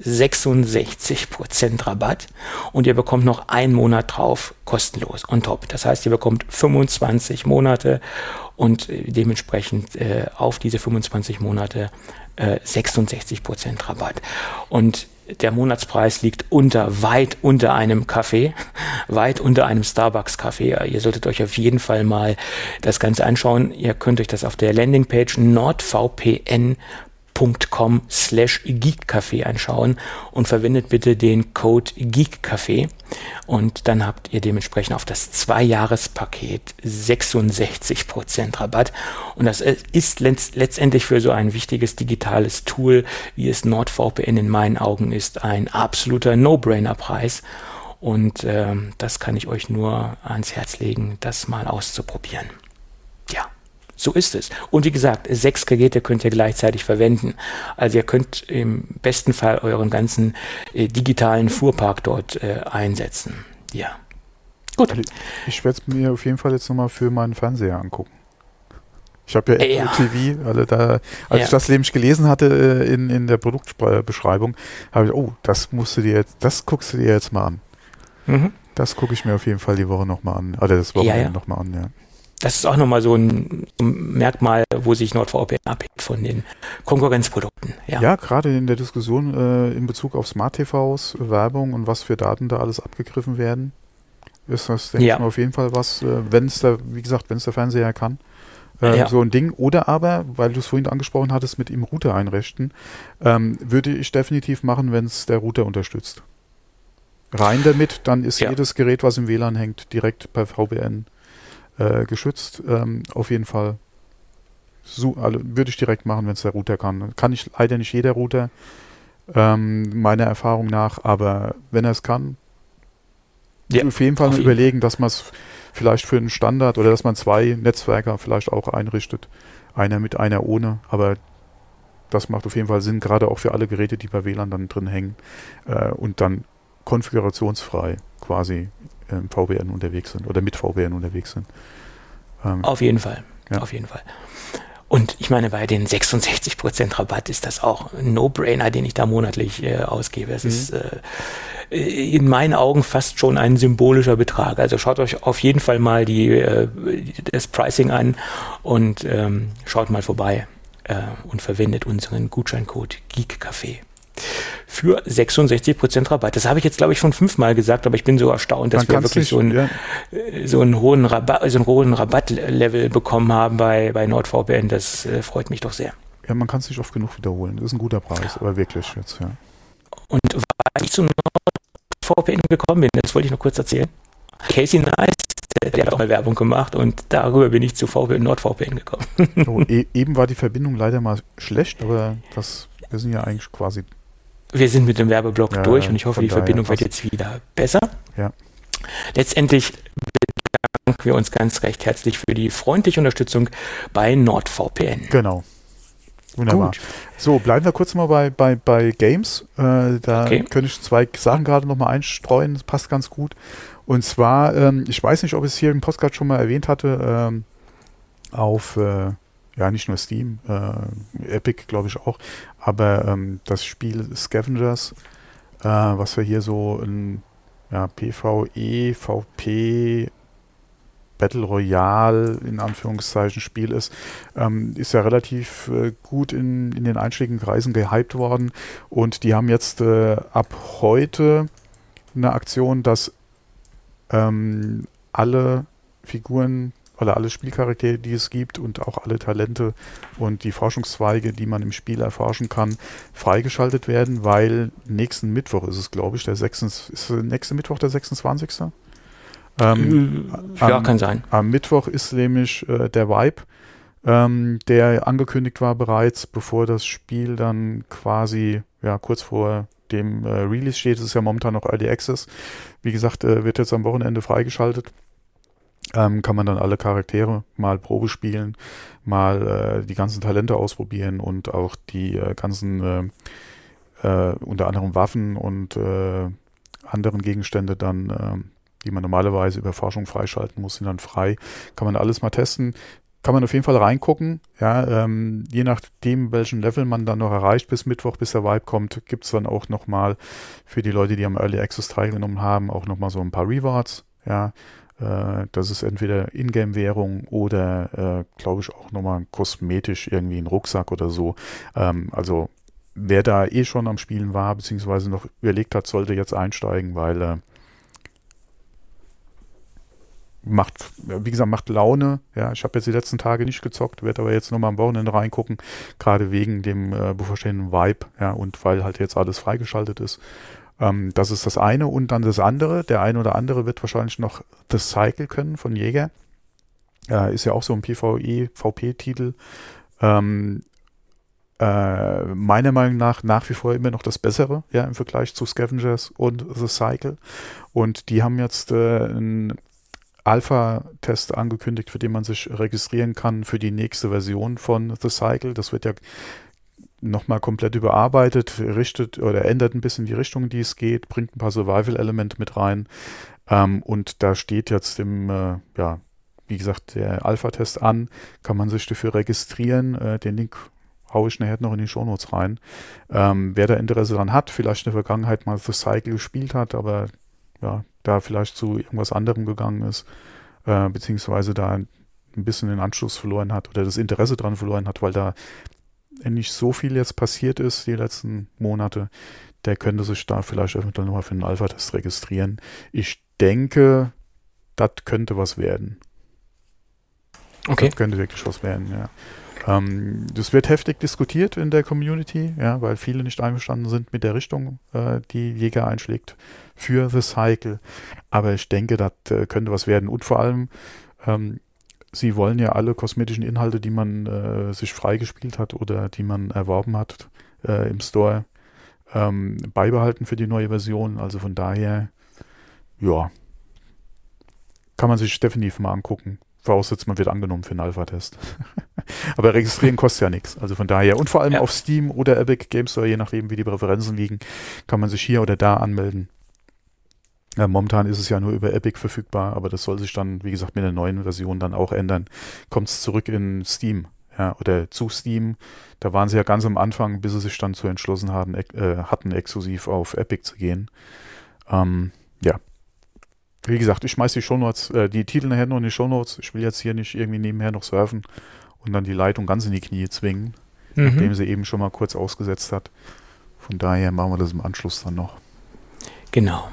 66% Rabatt und ihr bekommt noch einen Monat drauf kostenlos on top. Das heißt, ihr bekommt 25 Monate und dementsprechend auf diese 25 Monate 66% Rabatt. Und der Monatspreis liegt weit unter einem Kaffee, weit unter einem Starbucks-Kaffee. Ihr solltet euch auf jeden Fall mal das Ganze anschauen. Ihr könnt euch das auf der Landingpage nordvpn.com/geekcafé anschauen und verwendet bitte den Code GEEKCAFÉ und dann habt ihr dementsprechend auf das 2-Jahres-Paket 66% Rabatt und das ist letztendlich für so ein wichtiges digitales Tool, wie es NordVPN in meinen Augen ist, ein absoluter No-Brainer-Preis und das kann ich euch nur ans Herz legen, das mal auszuprobieren. Ja. So ist es. Und wie gesagt, 6 Geräte könnt ihr gleichzeitig verwenden. Also ihr könnt im besten Fall euren ganzen digitalen Fuhrpark dort einsetzen. Ja. Gut. Ich werde es mir auf jeden Fall jetzt nochmal für meinen Fernseher angucken. Ich habe ja Apple TV, als ich das nämlich gelesen hatte in der Produktbeschreibung, habe ich, das guckst du dir jetzt mal an. Mhm. Das gucke ich mir auf jeden Fall die Woche nochmal an. Oder das Wochenende nochmal an, ja. Das ist auch nochmal so ein Merkmal, wo sich NordVPN abhebt von den Konkurrenzprodukten. Ja, gerade in der Diskussion in Bezug auf Smart-TVs, Werbung und was für Daten da alles abgegriffen werden, ist das, denke ich mal, auf jeden Fall was, wenn es der Fernseher kann, so ein Ding. Oder aber, weil du es vorhin angesprochen hattest, mit dem Router einrichten, würde ich definitiv machen, wenn es der Router unterstützt. Rein damit, dann ist jedes Gerät, was im WLAN hängt, direkt per VPN geschützt, auf jeden Fall würde ich direkt machen, wenn es der Router kann. Kann ich leider nicht jeder Router, meiner Erfahrung nach, aber wenn er es kann, auf jeden Fall überlegen, dass man es vielleicht für einen Standard oder dass man 2 Netzwerker vielleicht auch einrichtet. Einer mit, einer ohne, aber das macht auf jeden Fall Sinn, gerade auch für alle Geräte, die bei WLAN dann drin hängen und dann konfigurationsfrei quasi VPN unterwegs sind oder mit VPN unterwegs sind. Auf jeden Fall, auf jeden Fall. Und ich meine, bei den 66% Rabatt ist das auch ein No-Brainer, den ich da monatlich ausgebe. Es ist in meinen Augen fast schon ein symbolischer Betrag. Also schaut euch auf jeden Fall mal das Pricing an und schaut mal vorbei und verwendet unseren Gutscheincode GEEKCAFÉ. Für 66% Rabatt. Das habe ich jetzt, glaube ich, schon 5-mal gesagt, aber ich bin so erstaunt, dass wir wirklich so einen hohen Rabattlevel bekommen haben bei NordVPN. Das freut mich doch sehr. Ja, man kann es nicht oft genug wiederholen. Das ist ein guter Preis, aber wirklich jetzt, ja. Und weil ich zu NordVPN gekommen bin, das wollte ich noch kurz erzählen. Casey Nice, der hat auch mal Werbung gemacht und darüber bin ich zu NordVPN gekommen. Eben war die Verbindung leider mal schlecht, aber wir sind ja eigentlich quasi... Wir sind mit dem Werbeblock durch und ich hoffe, die Verbindung wird jetzt wieder besser. Ja. Letztendlich bedanken wir uns ganz recht herzlich für die freundliche Unterstützung bei NordVPN. Genau. Wunderbar. Gut. So, bleiben wir kurz mal bei Games. Könnte ich 2 Sachen gerade nochmal einstreuen. Das passt ganz gut. Und zwar, ich weiß nicht, ob ich es hier im Podcast schon mal erwähnt hatte, auf... nicht nur Steam, Epic glaube ich auch, aber das Spiel Scavengers, was wir hier so ein PvE, VP, Battle Royale in Anführungszeichen Spiel ist ja relativ gut in den einschlägigen Kreisen gehypt worden und die haben jetzt ab heute eine Aktion, dass alle Figuren oder alle Spielcharaktere, die es gibt und auch alle Talente und die Forschungszweige, die man im Spiel erforschen kann, freigeschaltet werden, weil nächsten Mittwoch ist es, glaube ich, ist nächste Mittwoch der 26.? Kann sein. Am Mittwoch ist nämlich der Vibe, der angekündigt war bereits, bevor das Spiel dann quasi kurz vor dem Release steht. Es ist ja momentan noch Early Access. Wie gesagt, wird jetzt am Wochenende freigeschaltet. Kann man dann alle Charaktere mal Probe spielen, mal die ganzen Talente ausprobieren und auch die ganzen unter anderem Waffen und anderen Gegenstände dann die man normalerweise über Forschung freischalten muss, sind dann frei. Kann man alles mal testen. Kann man auf jeden Fall reingucken. Ja, je nachdem, welchen Level man dann noch erreicht bis Mittwoch, bis der Vibe kommt, gibt es dann auch nochmal für die Leute, die am Early Access teilgenommen haben, auch nochmal so ein paar Rewards. Ja, das ist entweder Ingame-Währung oder, glaube ich, auch nochmal kosmetisch irgendwie ein Rucksack oder so. Also wer da schon am Spielen war, beziehungsweise noch überlegt hat, sollte jetzt einsteigen, weil macht Laune. Ja, ich habe jetzt die letzten Tage nicht gezockt, werde aber jetzt nochmal am Wochenende reingucken, gerade wegen dem bevorstehenden Vibe, ja, und weil halt jetzt alles freigeschaltet ist. Das ist das eine. Und dann das andere. Der eine oder andere wird wahrscheinlich noch The Cycle können von Jäger. Ist ja auch so ein PvE-VP-Titel. Meiner Meinung nach wie vor immer noch das Bessere, ja, im Vergleich zu Scavengers und The Cycle. Und die haben jetzt einen Alpha-Test angekündigt, für den man sich registrieren kann für die nächste Version von The Cycle. Das wird ja nochmal komplett überarbeitet, richtet oder ändert ein bisschen die Richtung, in die es geht, bringt ein paar Survival-Elemente mit rein. Und da steht jetzt wie gesagt, der Alpha-Test an, kann man sich dafür registrieren. Den Link haue ich nachher noch in die Shownotes rein. Wer da Interesse daran hat, vielleicht in der Vergangenheit mal The Cycle gespielt hat, aber ja, da vielleicht zu irgendwas anderem gegangen ist, beziehungsweise da ein bisschen den Anschluss verloren hat oder das Interesse dran verloren hat, weil da nicht so viel jetzt passiert ist die letzten Monate, der könnte sich da vielleicht eventuell nochmal für einen Alpha-Test registrieren. Ich denke, das könnte was werden. Okay. Das könnte wirklich was werden, ja. Das wird heftig diskutiert in der Community, ja, weil viele nicht einverstanden sind mit der Richtung, die Jäger einschlägt für The Cycle. Aber ich denke, das könnte was werden. Und vor allem, sie wollen ja alle kosmetischen Inhalte, die man sich freigespielt hat oder die man erworben hat im Store, beibehalten für die neue Version. Also von daher, ja, kann man sich definitiv mal angucken. Voraussetzt, man wird angenommen für einen Alpha-Test. Aber registrieren kostet ja nichts. Also von daher. Und vor allem auf Steam oder Epic Games Store, je nachdem, wie die Präferenzen liegen, kann man sich hier oder da anmelden. Momentan ist es ja nur über Epic verfügbar, aber das soll sich dann, wie gesagt, mit der neuen Version dann auch ändern. Kommt es zurück in Steam, ja, oder zu Steam. Da waren sie ja ganz am Anfang, bis sie sich dann zu entschlossen hatten, exklusiv auf Epic zu gehen. Ja. Wie gesagt, ich schmeiße die Titel nachher noch in die Shownotes. Ich will jetzt hier nicht irgendwie nebenher noch surfen und dann die Leitung ganz in die Knie zwingen, nachdem sie eben schon mal kurz ausgesetzt hat. Von daher machen wir das im Anschluss dann noch. Genau.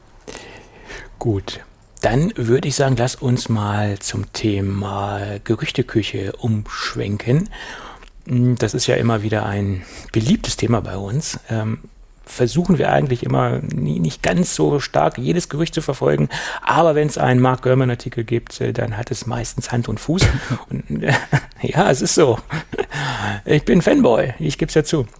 Gut. Dann würde ich sagen, lass uns mal zum Thema Gerüchteküche umschwenken. Das ist ja immer wieder ein beliebtes Thema bei uns. Versuchen wir eigentlich immer nicht ganz so stark jedes Gerücht zu verfolgen, aber wenn es einen Mark Gurman-Artikel gibt, dann hat es meistens Hand und Fuß. Und ja, es ist so. Ich bin Fanboy, ich gebe es ja zu.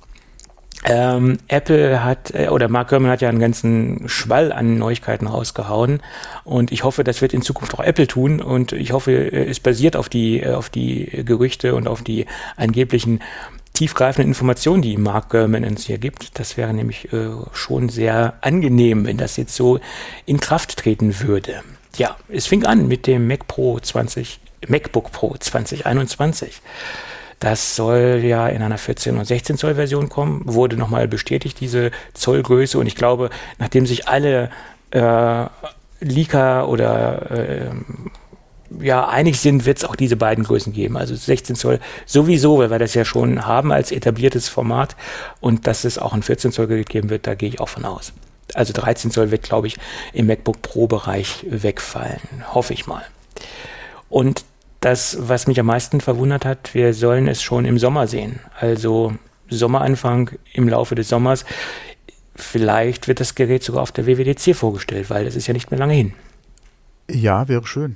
Apple Mark Gurman hat ja einen ganzen Schwall an Neuigkeiten rausgehauen und ich hoffe, das wird in Zukunft auch Apple tun und ich hoffe, es basiert auf die Gerüchte und auf die angeblichen tiefgreifenden Informationen, die Mark Gurman uns hier gibt. Das wäre nämlich schon sehr angenehm, wenn das jetzt so in Kraft treten würde. Ja, es fing an mit dem MacBook Pro 2021. Das soll ja in einer 14 und 16 Zoll Version kommen, wurde nochmal bestätigt, diese Zollgröße. Und ich glaube, nachdem sich alle Leaker oder einig sind, wird es auch diese beiden Größen geben. Also 16 Zoll sowieso, weil wir das ja schon haben als etabliertes Format. Und dass es auch ein 14 Zoll Gerät geben wird, da gehe ich auch von aus. Also 13 Zoll wird, glaube ich, im MacBook Pro-Bereich wegfallen. Hoffe ich mal. Und das, was mich am meisten verwundert hat, wir sollen es schon im Sommer sehen. Also Sommeranfang im Laufe des Sommers. Vielleicht wird das Gerät sogar auf der WWDC vorgestellt, weil das ist ja nicht mehr lange hin. Ja, wäre schön.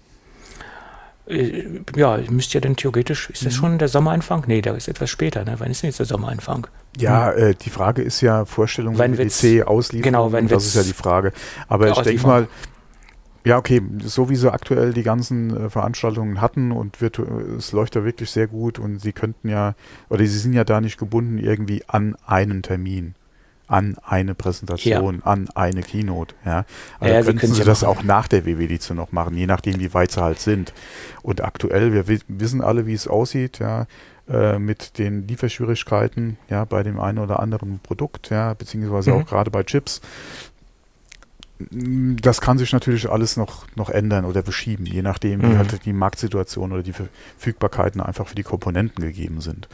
Ja, müsste ja dann theoretisch, ist das schon der Sommeranfang? Nee, da ist etwas später, ne? Wann ist denn jetzt der Sommeranfang? Ja, die Frage ist ja Vorstellung WWDC ausliefern. Genau, das ist ja die Frage. Aber ich denke mal, ja, okay, so wie sie aktuell die ganzen Veranstaltungen hatten und es läuft da wirklich sehr gut und sie könnten ja, oder sie sind ja da nicht gebunden irgendwie an einen Termin. an eine Präsentation, an eine Keynote. Ja. Also könnten Sie das auch nach der WWDC noch machen, je nachdem, wie weit Sie halt sind. Und aktuell, wir wissen alle, wie es aussieht, ja, mit den Lieferschwierigkeiten, ja, bei dem einen oder anderen Produkt, ja, beziehungsweise auch gerade bei Chips. Das kann sich natürlich alles noch ändern oder verschieben, je nachdem, wie halt die Marktsituation oder die Verfügbarkeiten einfach für die Komponenten gegeben sind.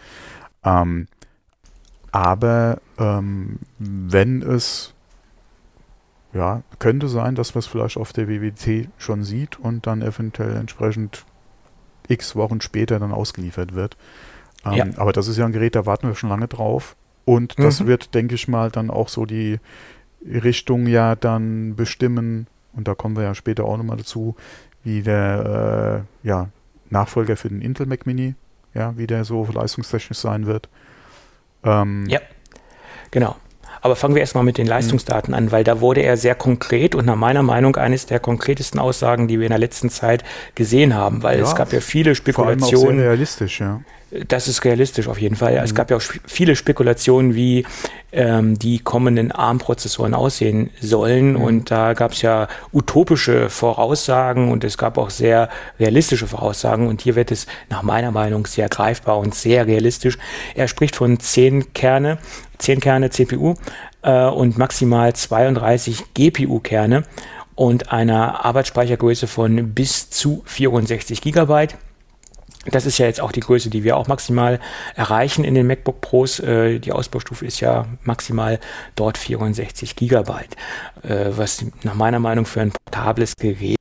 Aber wenn es, ja, könnte sein, dass man es vielleicht auf der WWDC schon sieht und dann eventuell entsprechend x Wochen später dann ausgeliefert wird. Aber das ist ja ein Gerät, da warten wir schon lange drauf. Und das wird, denke ich mal, dann auch so die Richtung ja dann bestimmen, und da kommen wir ja später auch nochmal dazu, wie der Nachfolger für den Intel Mac Mini, ja, wie der so leistungstechnisch sein wird. Ja, genau. Aber fangen wir erstmal mit den Leistungsdaten an, weil da wurde er sehr konkret und nach meiner Meinung eines der konkretesten Aussagen, die wir in der letzten Zeit gesehen haben, weil es gab ja viele Spekulationen. Vor allem auch sehr realistisch, ja. Das ist realistisch auf jeden Fall. Es gab ja auch viele Spekulationen, wie die kommenden ARM-Prozessoren aussehen sollen. Und da gab es ja utopische Voraussagen und es gab auch sehr realistische Voraussagen. Und hier wird es nach meiner Meinung sehr greifbar und sehr realistisch. Er spricht von 10 Kerne CPU und maximal 32 GPU-Kerne und einer Arbeitsspeichergröße von bis zu 64 Gigabyte. Das ist ja jetzt auch die Größe, die wir auch maximal erreichen in den MacBook Pros. Die Ausbaustufe ist ja maximal dort 64 Gigabyte, was nach meiner Meinung für ein portables Gerät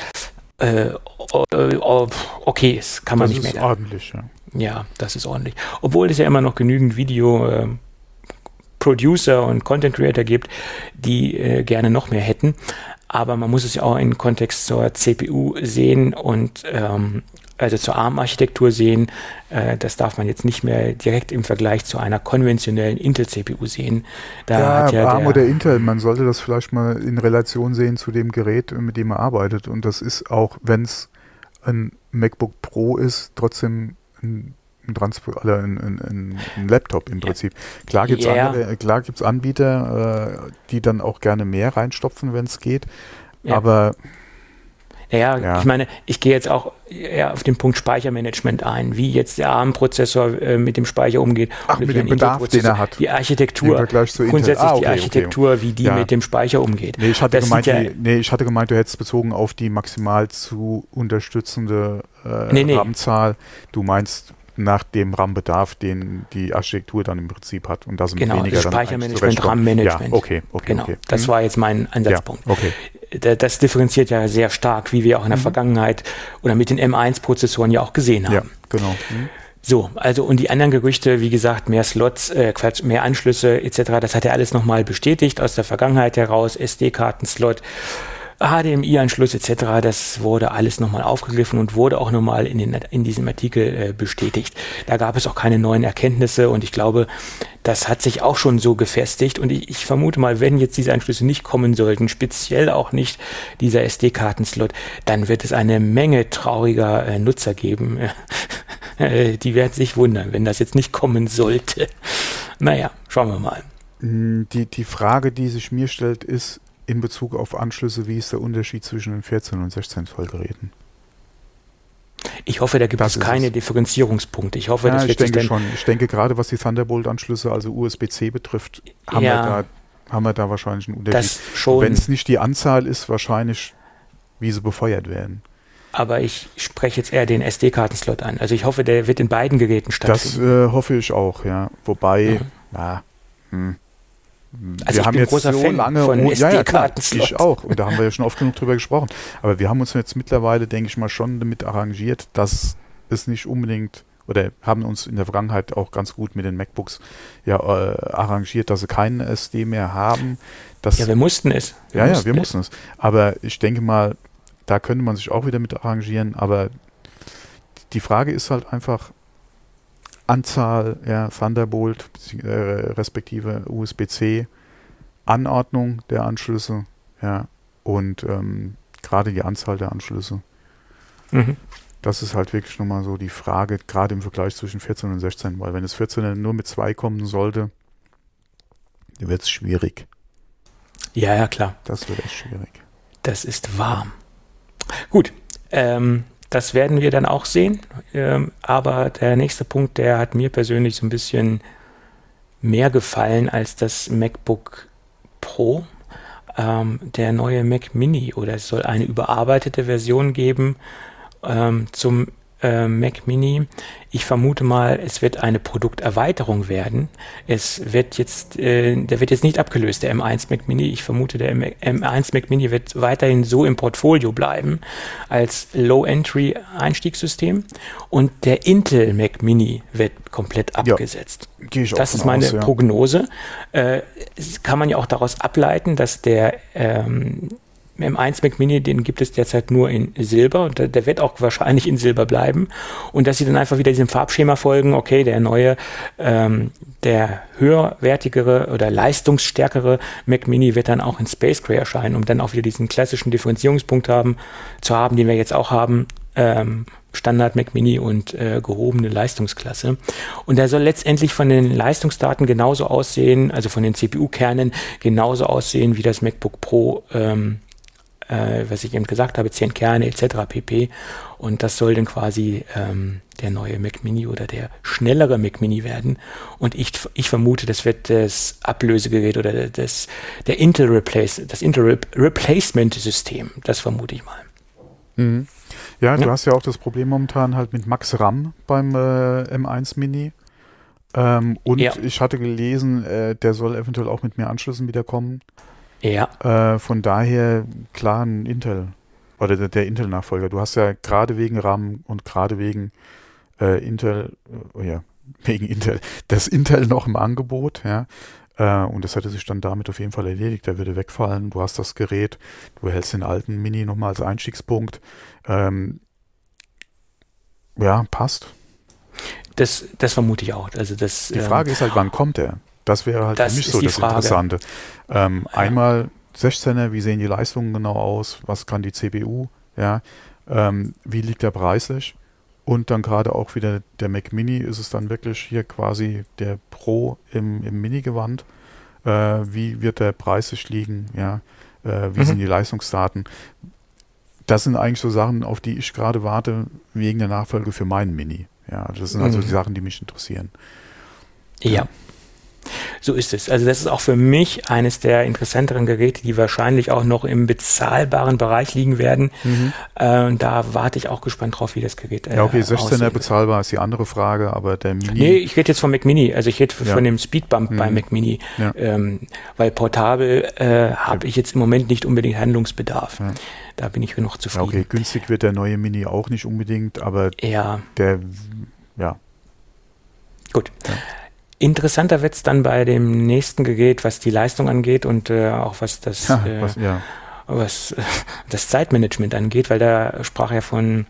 okay ist, kann man nicht mehr. Das ist ordentlich, ja. Ja, das ist ordentlich. Obwohl es ja immer noch genügend Video-Producer und Content-Creator gibt, die gerne noch mehr hätten. Aber man muss es ja auch in Kontext zur CPU sehen und also zur ARM-Architektur sehen. Das darf man jetzt nicht mehr direkt im Vergleich zu einer konventionellen Intel-CPU sehen. Da hat ARM oder Intel, man sollte das vielleicht mal in Relation sehen zu dem Gerät, mit dem man arbeitet. Und das ist auch, wenn es ein MacBook Pro ist, trotzdem ein Laptop im Prinzip. Klar gibt es Anbieter, die dann auch gerne mehr reinstopfen, wenn es geht. Ja. Aber ich meine, ich gehe jetzt auch auf den Punkt Speichermanagement ein, wie jetzt der ARM-Prozessor mit dem Speicher umgeht. Mit dem Bedarf, den er hat. Die Architektur, grundsätzlich die Architektur, wie die mit dem Speicher umgeht. Nee, ich hatte gemeint, du hättest bezogen auf die maximal zu unterstützende RAM-Zahl. Du meinst nach dem RAM-Bedarf, den die Architektur dann im Prinzip hat. Und das weniger das Speichermanagement, RAM-Management. Ja, okay. Das war jetzt mein Ansatzpunkt. Ja, okay. Das differenziert ja sehr stark, wie wir auch in der Vergangenheit oder mit den M1-Prozessoren ja auch gesehen haben. Ja, genau. So, also und die anderen Gerüchte, wie gesagt, mehr Slots, mehr Anschlüsse etc., das hat er alles nochmal bestätigt aus der Vergangenheit heraus, SD-Karten-Slot, HDMI-Anschluss etc., das wurde alles nochmal aufgegriffen und wurde auch nochmal in diesem Artikel bestätigt. Da gab es auch keine neuen Erkenntnisse und ich glaube, das hat sich auch schon so gefestigt und ich vermute mal, wenn jetzt diese Anschlüsse nicht kommen sollten, speziell auch nicht dieser SD-Karten-Slot, dann wird es eine Menge trauriger Nutzer geben. Die werden sich wundern, wenn das jetzt nicht kommen sollte. Naja, schauen wir mal. Die Frage, die sich mir stellt, ist, in Bezug auf Anschlüsse, wie ist der Unterschied zwischen den 14 und 16 Zoll Geräten? Ich hoffe, da gibt es keine Differenzierungspunkte. Ich hoffe, das wird denke schon. Ich denke, gerade was die Thunderbolt-Anschlüsse, also USB-C betrifft, haben wir da wahrscheinlich einen Unterschied. Wenn es nicht die Anzahl ist, wahrscheinlich, wie sie befeuert werden. Aber ich spreche jetzt eher den SD-Karten-Slot an. Also ich hoffe, der wird in beiden Geräten stattfinden. Das hoffe ich auch, ja. Wobei, Also wir haben jetzt großer so Fan lange von SD-Karten-Slot. Ich auch. Und da haben wir ja schon oft genug drüber gesprochen. Aber wir haben uns jetzt mittlerweile, denke ich mal, schon damit arrangiert, dass es nicht unbedingt, oder haben uns in der Vergangenheit auch ganz gut mit den MacBooks arrangiert, dass sie keinen SD mehr haben. Wir mussten es. Wir mussten es. Aber ich denke mal, da könnte man sich auch wieder mit arrangieren. Aber die Frage ist halt einfach, Anzahl, Thunderbolt, respektive USB-C, Anordnung der Anschlüsse, und gerade die Anzahl der Anschlüsse. Das ist halt wirklich nochmal so die Frage, gerade im Vergleich zwischen 14 und 16, weil wenn es 14 nur mit 2 kommen sollte, wird es schwierig. Ja, klar. Das wird echt schwierig. Das ist wahr. Gut, das werden wir dann auch sehen. Aber der nächste Punkt, der hat mir persönlich so ein bisschen mehr gefallen als das MacBook Pro. Der neue Mac Mini, oder es soll eine überarbeitete Version geben zum Mac Mini. Ich vermute mal, es wird eine Produkterweiterung werden. Der wird jetzt nicht abgelöst, der M1 Mac Mini. Ich vermute, der M1 Mac Mini wird weiterhin so im Portfolio bleiben als Low-Entry-Einstiegssystem, und der Intel Mac Mini wird komplett abgesetzt. Gehe ich auch das ist meine Prognose. Kann man ja auch daraus ableiten, dass der M1 Mac Mini, den gibt es derzeit nur in Silber, und der wird auch wahrscheinlich in Silber bleiben, und dass sie dann einfach wieder diesem Farbschema folgen, okay, der neue, der höherwertigere oder leistungsstärkere Mac Mini wird dann auch in Space Gray erscheinen, um dann auch wieder diesen klassischen Differenzierungspunkt zu haben, den wir jetzt auch haben, Standard Mac Mini und gehobene Leistungsklasse. Und der soll letztendlich von den Leistungsdaten genauso aussehen, also von den CPU-Kernen genauso aussehen wie das MacBook Pro, was ich eben gesagt habe, 10 Kerne etc. pp. Und das soll dann quasi der neue Mac Mini oder der schnellere Mac Mini werden. Und ich vermute, das wird das Ablösegerät oder das Intel Replacement System. Das vermute ich mal. Mhm. Ja, du hast ja auch das Problem momentan halt mit Max RAM beim M1 Mini. Ich hatte gelesen, der soll eventuell auch mit mehr Anschlüssen wiederkommen. Ja. Von daher, klar, ein Intel oder der Intel-Nachfolger. Du hast ja gerade wegen RAM und gerade wegen Intel, das Intel noch im Angebot, ja. Und das hätte sich dann damit auf jeden Fall erledigt. Der würde wegfallen. Du hast das Gerät, du hältst den alten Mini nochmal als Einstiegspunkt. Passt. Das vermute ich auch. Also die Frage ist halt, wann kommt der? Das wäre halt für mich so das Interessante. Einmal 16er, wie sehen die Leistungen genau aus? Was kann die CPU? Ja, wie liegt der preislich? Und dann gerade auch wieder der Mac Mini, ist es dann wirklich hier quasi der Pro im Mini-Gewand? Wie wird der preislich liegen? Ja, wie sind die Leistungsdaten? Das sind eigentlich so Sachen, auf die ich gerade warte, wegen der Nachfolge für meinen Mini. Ja, das sind also die Sachen, die mich interessieren. Ja. So ist es. Also das ist auch für mich eines der interessanteren Geräte, die wahrscheinlich auch noch im bezahlbaren Bereich liegen werden. Da warte ich auch gespannt drauf, wie das Gerät Ja, okay, 16er bezahlbar ist die andere Frage, aber der Mini... Nee, ich rede jetzt vom Mac Mini, also ich rede von dem Speedbump beim Mac Mini, weil portabel habe ich jetzt im Moment nicht unbedingt Handlungsbedarf. Ja. Da bin ich noch zufrieden. Okay, günstig wird der neue Mini auch nicht unbedingt, aber Gut. Ja. Interessanter wird es dann bei dem nächsten Gerät, was die Leistung angeht und auch was das Zeitmanagement angeht, weil da sprach er von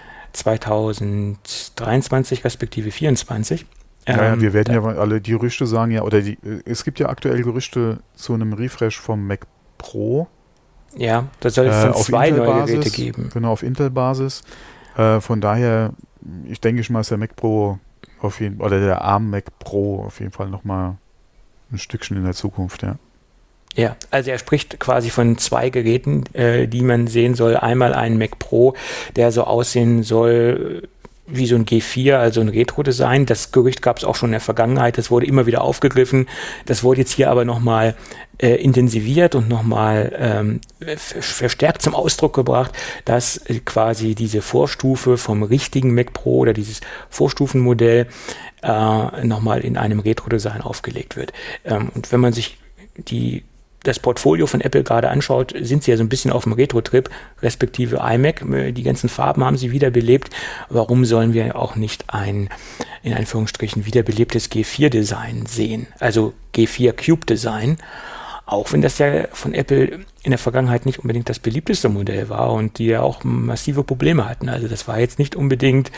2023 respektive 2024. Wir werden ja alle, die Gerüchte sagen ja, oder es gibt ja aktuell Gerüchte zu einem Refresh vom Mac Pro. Ja, da soll es dann 2 neue Geräte geben. Genau, auf Intel-Basis. Von daher, ich denke mal, ist der Mac Pro oder der ARM Mac Pro auf jeden Fall nochmal ein Stückchen in der Zukunft, ja. Ja, also er spricht quasi von 2 Geräten, die man sehen soll. Einmal ein Mac Pro, der so aussehen soll wie so ein G4, also ein Retro-Design. Das Gerücht gab es auch schon in der Vergangenheit, das wurde immer wieder aufgegriffen. Das wurde jetzt hier aber nochmal intensiviert und nochmal verstärkt zum Ausdruck gebracht, dass quasi diese Vorstufe vom richtigen Mac Pro oder dieses Vorstufenmodell nochmal in einem Retro-Design aufgelegt wird. Und wenn man sich das Portfolio von Apple gerade anschaut, sind sie ja so ein bisschen auf dem Retro-Trip, respektive iMac. Die ganzen Farben haben sie wiederbelebt. Warum sollen wir auch nicht ein, in Anführungsstrichen, wiederbelebtes G4-Design sehen? Also G4 Cube-Design. Auch wenn das ja von Apple in der Vergangenheit nicht unbedingt das beliebteste Modell war und die ja auch massive Probleme hatten. Also das war jetzt nicht unbedingt...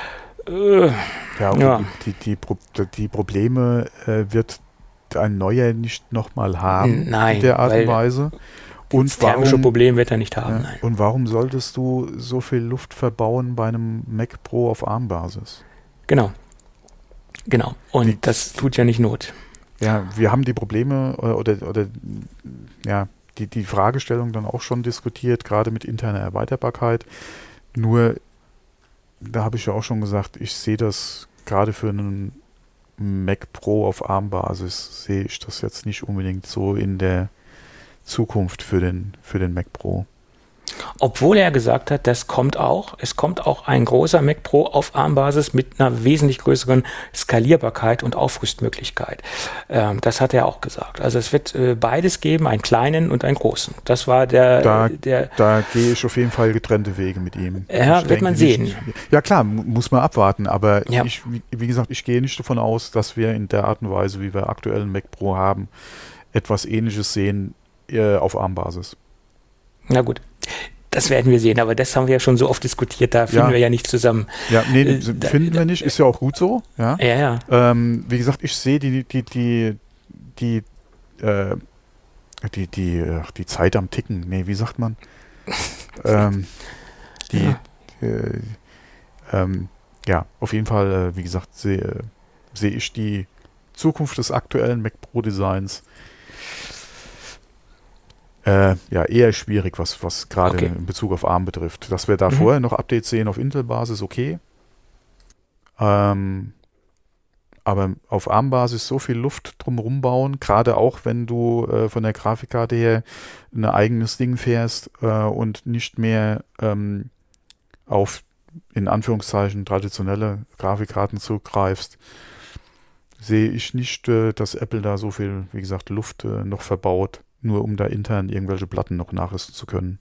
Die Probleme wird ein neuer nicht nochmal haben in der Art und Weise. Und das thermische Problem wird er nicht haben. Nein. Und warum solltest du so viel Luft verbauen bei einem Mac Pro auf ARM-Basis? Genau. Und das tut ja nicht Not. Ja, wir haben die Probleme oder die Fragestellung dann auch schon diskutiert, gerade mit interner Erweiterbarkeit. Nur, da habe ich ja auch schon gesagt, ich sehe das gerade für einen Mac Pro auf ARM-Basis, sehe ich das jetzt nicht unbedingt so in der Zukunft für den Mac Pro. Obwohl er gesagt hat, es kommt auch ein großer Mac Pro auf ARM-Basis mit einer wesentlich größeren Skalierbarkeit und Aufrüstmöglichkeit. Das hat er auch gesagt. Also es wird beides geben, einen kleinen und einen großen. Das war Da gehe ich auf jeden Fall getrennte Wege mit ihm. Ja, wird man sehen. Ja klar, muss man abwarten, aber ja. Wie gesagt, ich gehe nicht davon aus, dass wir in der Art und Weise, wie wir aktuell einen Mac Pro haben, etwas Ähnliches sehen auf ARM-Basis. Na gut. Das werden wir sehen, aber das haben wir ja schon so oft diskutiert, da finden wir ja nicht zusammen. Ja, nee, finden wir nicht, ist ja auch gut so. Ja. Wie gesagt, ich sehe die Zeit am Ticken. Nee, wie sagt man? Auf jeden Fall, wie gesagt, sehe ich die Zukunft des aktuellen Mac Pro Designs eher schwierig, was gerade in Bezug auf ARM betrifft. Dass wir da vorher noch Updates sehen auf Intel-Basis, okay. Aber auf ARM-Basis so viel Luft drumherum bauen, gerade auch wenn du von der Grafikkarte her ein eigenes Ding fährst und nicht mehr auf, in Anführungszeichen, traditionelle Grafikkarten zugreifst, sehe ich nicht, dass Apple da so viel, wie gesagt, Luft noch verbaut, nur um da intern irgendwelche Platten noch nachrüsten zu können.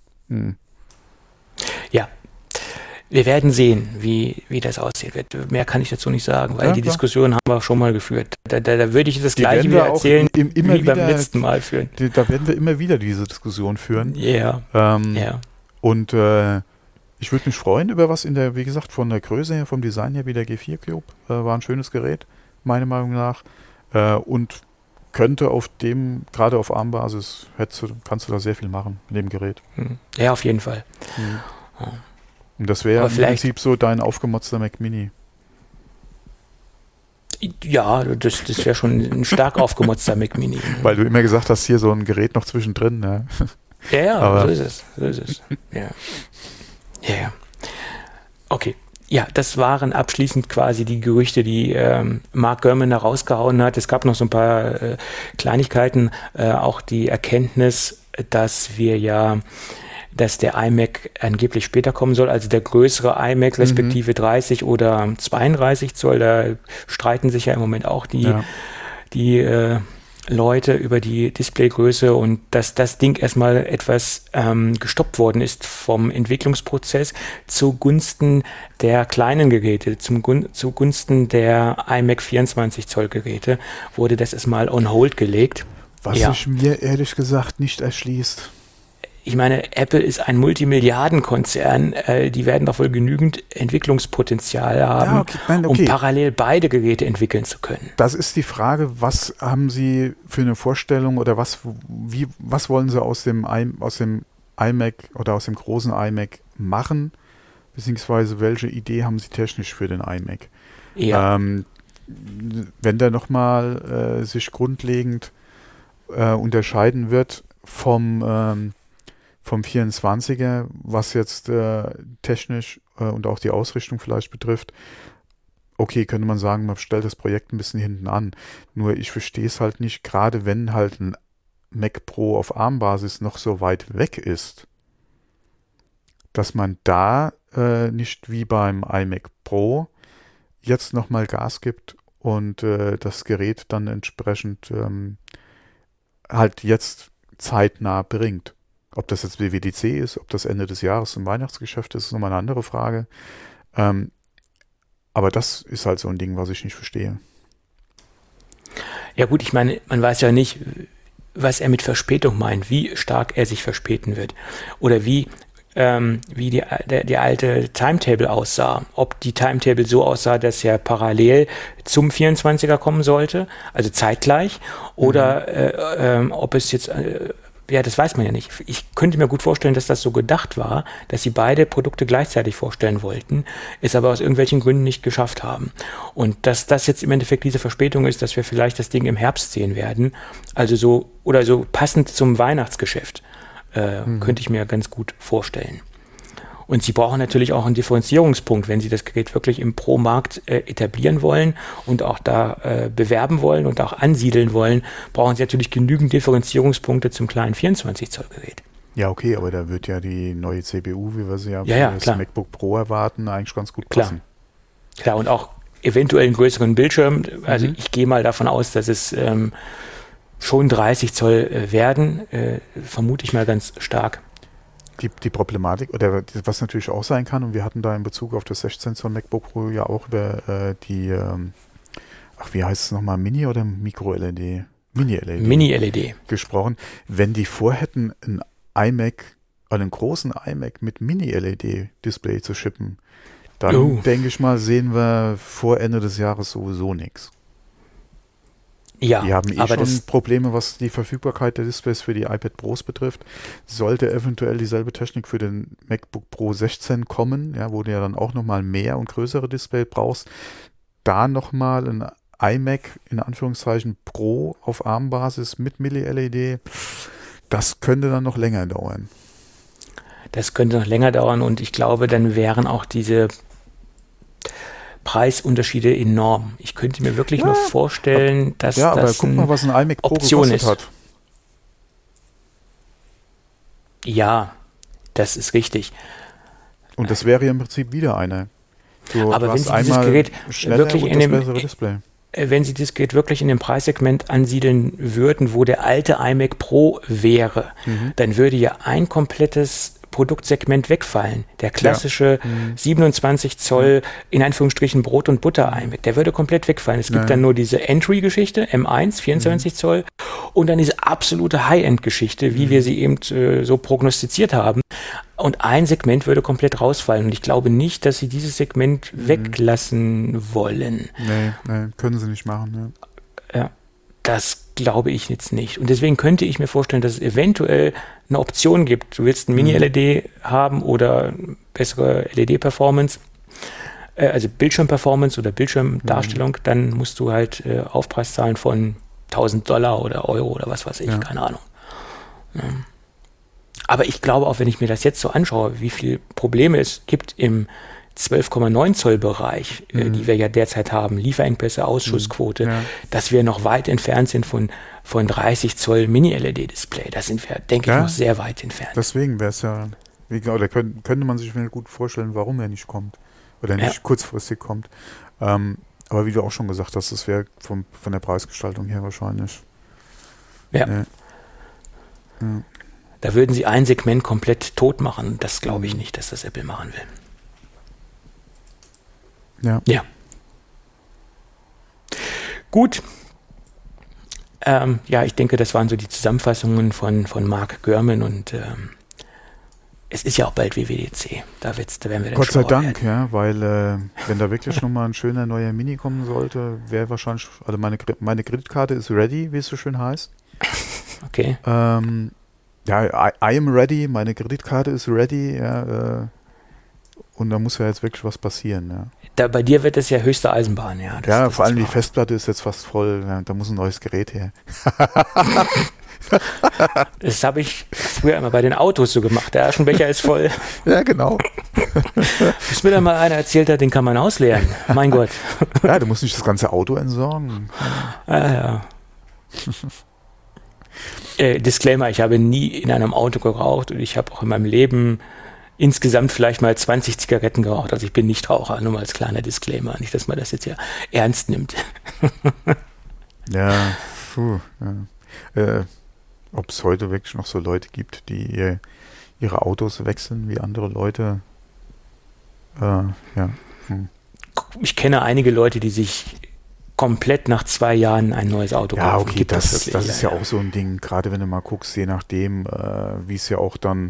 Ja, wir werden sehen, wie das aussehen wird. Mehr kann ich dazu nicht sagen, weil die Diskussion haben wir schon mal geführt. Da würde ich das Gleiche wieder erzählen, wie beim letzten Mal führen. Da werden wir immer wieder diese Diskussion führen. Ja. Und ich würde mich freuen über was wie gesagt, von der Größe her, vom Design her, wie der G4 Cube. War ein schönes Gerät, meiner Meinung nach. Und könnte auf dem, gerade auf ARM-Basis, kannst du da sehr viel machen mit dem Gerät. Ja, auf jeden Fall. Ja. Und das wäre im Prinzip so dein aufgemotzter Mac Mini. Ja, das wäre schon ein stark aufgemotzter Mac Mini. Weil du immer gesagt hast, hier so ein Gerät noch zwischendrin. Ne? Ja, aber so ist es. Ja. Okay. Ja, das waren abschließend quasi die Gerüchte, die Mark Gurman da rausgehauen hat. Es gab noch so ein paar Kleinigkeiten, auch die Erkenntnis, dass der iMac angeblich später kommen soll, also der größere iMac, respektive 30 oder 32 Zoll, da streiten sich ja im Moment auch die Leute über die Displaygröße und dass das Ding erstmal etwas gestoppt worden ist vom Entwicklungsprozess zugunsten der kleinen Geräte, zugunsten der iMac 24 Zoll Geräte, wurde das erstmal on hold gelegt. Was sich mir ehrlich gesagt nicht erschließt. Ich meine, Apple ist ein Multimilliardenkonzern, die werden doch wohl genügend Entwicklungspotenzial haben, um parallel beide Geräte entwickeln zu können. Das ist die Frage, was haben Sie für eine Vorstellung oder was wollen Sie aus dem iMac oder aus dem großen iMac machen, beziehungsweise welche Idee haben Sie technisch für den iMac? Ja. Wenn der nochmal sich grundlegend unterscheiden wird vom 24er, was jetzt technisch und auch die Ausrichtung vielleicht betrifft, okay, könnte man sagen, man stellt das Projekt ein bisschen hinten an. Nur ich verstehe es halt nicht, gerade wenn halt ein Mac Pro auf ARM-Basis noch so weit weg ist, dass man da nicht wie beim iMac Pro jetzt nochmal Gas gibt und das Gerät dann entsprechend halt jetzt zeitnah bringt. Ob das jetzt WWDC ist, ob das Ende des Jahres ein Weihnachtsgeschäft ist nochmal eine andere Frage. Aber das ist halt so ein Ding, was ich nicht verstehe. Ja gut, ich meine, man weiß ja nicht, was er mit Verspätung meint, wie stark er sich verspäten wird. Oder wie die alte Timetable aussah. Ob die Timetable so aussah, dass er parallel zum 24er kommen sollte, also zeitgleich, oder ob es jetzt ja, das weiß man ja nicht. Ich könnte mir gut vorstellen, dass das so gedacht war, dass sie beide Produkte gleichzeitig vorstellen wollten, es aber aus irgendwelchen Gründen nicht geschafft haben. Und dass das jetzt im Endeffekt diese Verspätung ist, dass wir vielleicht das Ding im Herbst sehen werden, also so passend zum Weihnachtsgeschäft, könnte ich mir ganz gut vorstellen. Und sie brauchen natürlich auch einen Differenzierungspunkt, wenn sie das Gerät wirklich im Pro-Markt etablieren wollen und auch da bewerben wollen und auch ansiedeln wollen, brauchen sie natürlich genügend Differenzierungspunkte zum kleinen 24-Zoll-Gerät. Ja, okay, aber da wird ja die neue CPU, wie wir sie für das MacBook Pro erwarten, eigentlich ganz gut passen. Klar, und auch eventuell einen größeren Bildschirm. Also ich gehe mal davon aus, dass es schon 30 Zoll werden, vermute ich mal ganz stark. Die Problematik, oder was natürlich auch sein kann, und wir hatten da in Bezug auf das 16 Zoll MacBook Pro ja auch über wie heißt es nochmal, Mini oder Micro-LED? Mini-LED gesprochen. Wenn die vorhätten, einen großen iMac mit Mini-LED-Display zu shippen, dann denke ich mal, sehen wir vor Ende des Jahres sowieso nichts. Ja, die haben schon Probleme, was die Verfügbarkeit der Displays für die iPad Pros betrifft. Sollte eventuell dieselbe Technik für den MacBook Pro 16 kommen, ja, wo du ja dann auch nochmal mehr und größere Display brauchst, da nochmal ein iMac in Anführungszeichen Pro auf ARM-Basis mit Mini-LED, das könnte dann noch länger dauern. Das könnte noch länger dauern und ich glaube, dann wären auch diese Preisunterschiede enorm. Ich könnte mir wirklich nur vorstellen, dass das aber guck mal, was ein iMac Pro gekostet hat. Ja, das ist richtig. Und das wäre ja im Prinzip wieder eine. Aber wenn Sie dieses Gerät wirklich wenn Sie das Gerät wirklich in dem Preissegment ansiedeln würden, wo der alte iMac Pro wäre, dann würde ja ein komplettes Produktsegment wegfallen. Der klassische 27 Zoll, in Anführungsstrichen Brot- und Butter-iMac, der würde komplett wegfallen. Es gibt dann nur diese Entry-Geschichte, M1, 24 Zoll, und dann diese absolute High-End-Geschichte, wie wir sie eben so prognostiziert haben. Und ein Segment würde komplett rausfallen. Und ich glaube nicht, dass sie dieses Segment weglassen wollen. Nee, können sie nicht machen. Ja, das glaube ich jetzt nicht. Und deswegen könnte ich mir vorstellen, dass es eventuell eine Option gibt. Du willst ein Mini-LED haben oder bessere LED-Performance, also Bildschirm-Performance oder Bildschirmdarstellung, dann musst du halt Aufpreis zahlen von $1.000 oder Euro oder was weiß ich, keine Ahnung. Ja. Aber ich glaube auch, wenn ich mir das jetzt so anschaue, wie viele Probleme es gibt im 12,9 Zoll Bereich, die wir ja derzeit haben, Lieferengpässe, Ausschussquote, dass wir noch weit entfernt sind von 30 Zoll Mini-LED-Display. Da sind wir, denke ich, noch sehr weit entfernt. Deswegen wäre es ja, oder könnte man sich gut vorstellen, warum er nicht kommt. Oder nicht kurzfristig kommt. Aber wie du auch schon gesagt hast, das wäre von der Preisgestaltung her wahrscheinlich. Ja. Da würden sie ein Segment komplett tot machen. Das glaube ich nicht, dass das Apple machen will. Ja. Gut. Ich denke, das waren so die Zusammenfassungen von Mark Gurman und es ist ja auch bald WWDC. Da werden wir dann Gott sei Dank, werden. Weil wenn da wirklich nochmal ein schöner neuer Mini kommen sollte, wäre wahrscheinlich, also meine Kreditkarte ist ready, wie es so schön heißt. Okay. I am ready, meine Kreditkarte ist ready, und da muss ja jetzt wirklich was passieren, Bei dir wird es ja höchste Eisenbahn, Das vor allem die Festplatte ist jetzt fast voll, da muss ein neues Gerät her. Das habe ich früher immer bei den Autos so gemacht, der Aschenbecher ist voll. Ja, genau. Bis mir dann mal einer erzählt hat, den kann man ausleeren. Mein Gott. Ja, du musst nicht das ganze Auto entsorgen. Ja. Disclaimer, ich habe nie in einem Auto geraucht und ich habe auch in meinem Leben insgesamt vielleicht mal 20 Zigaretten geraucht. Also ich bin nicht Raucher, nur mal als kleiner Disclaimer. Nicht, dass man das jetzt ja ernst nimmt. Ob es heute wirklich noch so Leute gibt, die ihre Autos wechseln wie andere Leute. Ich kenne einige Leute, die sich komplett nach 2 Jahren ein neues Auto kaufen. Ja, okay, das ist ja auch so ein Ding, gerade wenn du mal guckst, je nachdem, wie es ja auch dann,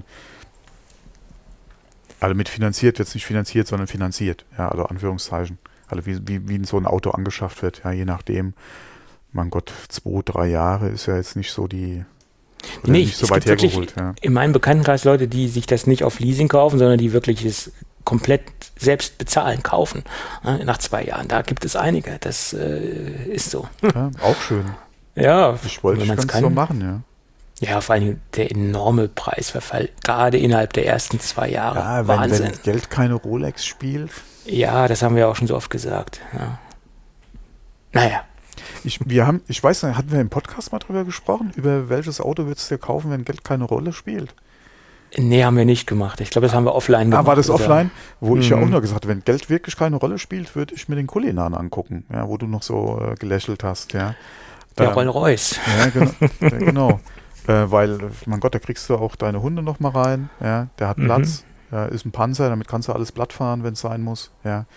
also mit finanziert, jetzt nicht finanziert, sondern finanziert, also Anführungszeichen, also wie so ein Auto angeschafft wird, je nachdem, mein Gott, 2-3 Jahre ist ja jetzt nicht so die Nee, nicht so weit hergeholt. Ja. In meinem Bekanntenkreis Leute, die sich das nicht auf Leasing kaufen, sondern die wirklich es komplett selbst bezahlen, kaufen. Nach 2 Jahren. Da gibt es einige. Das ist so. Ja, auch schön. Ja. Ich wollte es so machen, ja. Ja, vor allem der enorme Preisverfall, gerade innerhalb der ersten 2 Jahre. Ja, wenn Geld keine Rolex spielt. Ja, das haben wir auch schon so oft gesagt. Ja. Naja. Ich weiß nicht, hatten wir im Podcast mal drüber gesprochen? Über welches Auto würdest du dir kaufen, wenn Geld keine Rolle spielt? Nee, haben wir nicht gemacht. Ich glaube, das haben wir offline gemacht. War das offline? Wo ich ja auch nur gesagt habe, wenn Geld wirklich keine Rolle spielt, würde ich mir den Kulinan angucken, ja, wo du noch so gelächelt hast. Ja. Der Rolls-Royce. Ja, genau. Weil, mein Gott, da kriegst du auch deine Hunde noch mal rein. Ja, der hat Platz. Ja, ist ein Panzer, damit kannst du alles glatt fahren, wenn es sein muss. Ja.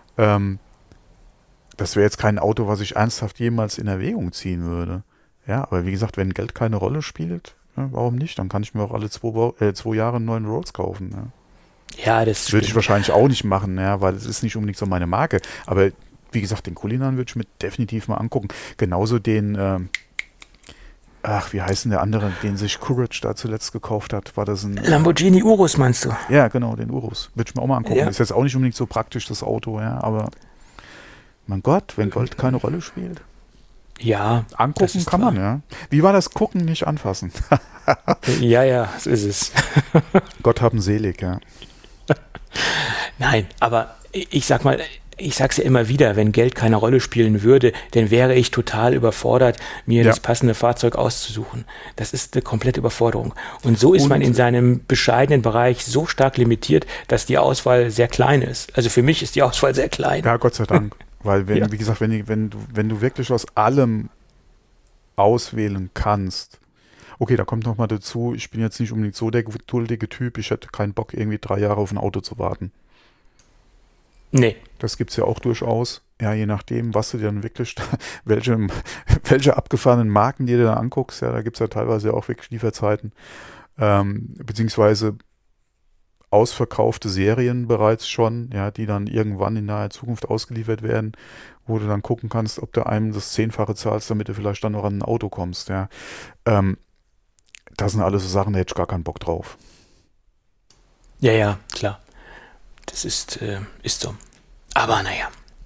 Das wäre jetzt kein Auto, was ich ernsthaft jemals in Erwägung ziehen würde. Ja, aber wie gesagt, wenn Geld keine Rolle spielt, ja, warum nicht? Dann kann ich mir auch alle 2 Jahre einen neuen Rolls kaufen. Ja, das würde ich wahrscheinlich auch nicht machen, ja, weil es ist nicht unbedingt so meine Marke. Aber wie gesagt, den Kulinan würde ich mir definitiv mal angucken. Genauso den, wie heißt denn der andere, den sich Courage da zuletzt gekauft hat? War das ein Lamborghini Urus, meinst du? Ja, genau, den Urus. Würde ich mir auch mal angucken. Ja. Ist jetzt auch nicht unbedingt so praktisch, das Auto, ja, aber mein Gott, wenn Gold keine Rolle spielt. Ja. Angucken kann man, ja. Wie war das Gucken, nicht anfassen? Ja, so ist es. Gott haben selig, ja. Nein, aber ich sag's ja immer wieder, wenn Geld keine Rolle spielen würde, dann wäre ich total überfordert, mir das passende Fahrzeug auszusuchen. Das ist eine komplette Überforderung. Und so ist man in seinem bescheidenen Bereich so stark limitiert, dass die Auswahl sehr klein ist. Also für mich ist die Auswahl sehr klein. Ja, Gott sei Dank. Weil, wie gesagt, wenn du wirklich aus allem auswählen kannst. Okay, da kommt nochmal dazu, ich bin jetzt nicht unbedingt so der geduldige Typ, ich hätte keinen Bock, irgendwie 3 Jahre auf ein Auto zu warten. Nee. Das gibt's ja auch durchaus. Ja, je nachdem, was du dir dann wirklich, welche abgefahrenen Marken dir dann anguckst, ja, da gibt's ja teilweise auch wirklich Lieferzeiten, beziehungsweise ausverkaufte Serien bereits schon, ja, die dann irgendwann in naher Zukunft ausgeliefert werden, wo du dann gucken kannst, ob du einem das 10-fache zahlst, damit du vielleicht dann noch an ein Auto kommst, ja. Das sind alles so Sachen, da hätte ich gar keinen Bock drauf. Ja, klar. Das ist so. Aber naja.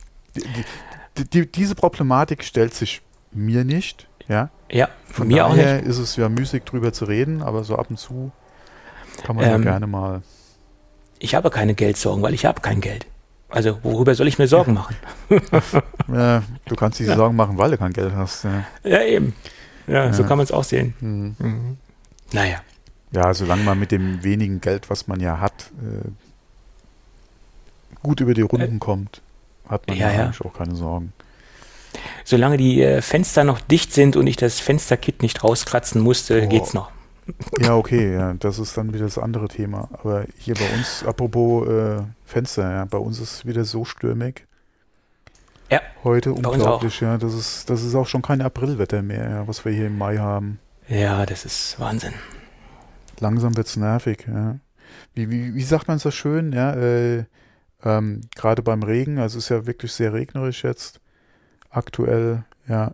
Diese Problematik stellt sich mir nicht, ja. Ja, von mir auch nicht. Von daher ist es ja müßig drüber zu reden, aber so ab und zu kann man ja gerne mal. Ich habe keine Geldsorgen, weil ich habe kein Geld. Also worüber soll ich mir Sorgen machen? Ja, du kannst dir Sorgen machen, weil du kein Geld hast. Ja eben. Ja, so kann man es auch sehen. Mhm. Naja. Ja, solange man mit dem wenigen Geld, was man ja hat, gut über die Runden kommt, hat man eigentlich auch keine Sorgen. Solange die Fenster noch dicht sind und ich das Fensterkit nicht rauskratzen musste, geht's noch. Ja, okay, ja, das ist dann wieder das andere Thema. Aber hier bei uns, apropos Fenster, ja, bei uns ist es wieder so stürmig. Ja. Heute unglaublich, ja. Das ist auch schon kein Aprilwetter mehr, ja, was wir hier im Mai haben. Ja, das ist Wahnsinn. Langsam wird's nervig, ja. Wie sagt man so schön, ja, gerade beim Regen, also es ist ja wirklich sehr regnerisch jetzt aktuell, ja,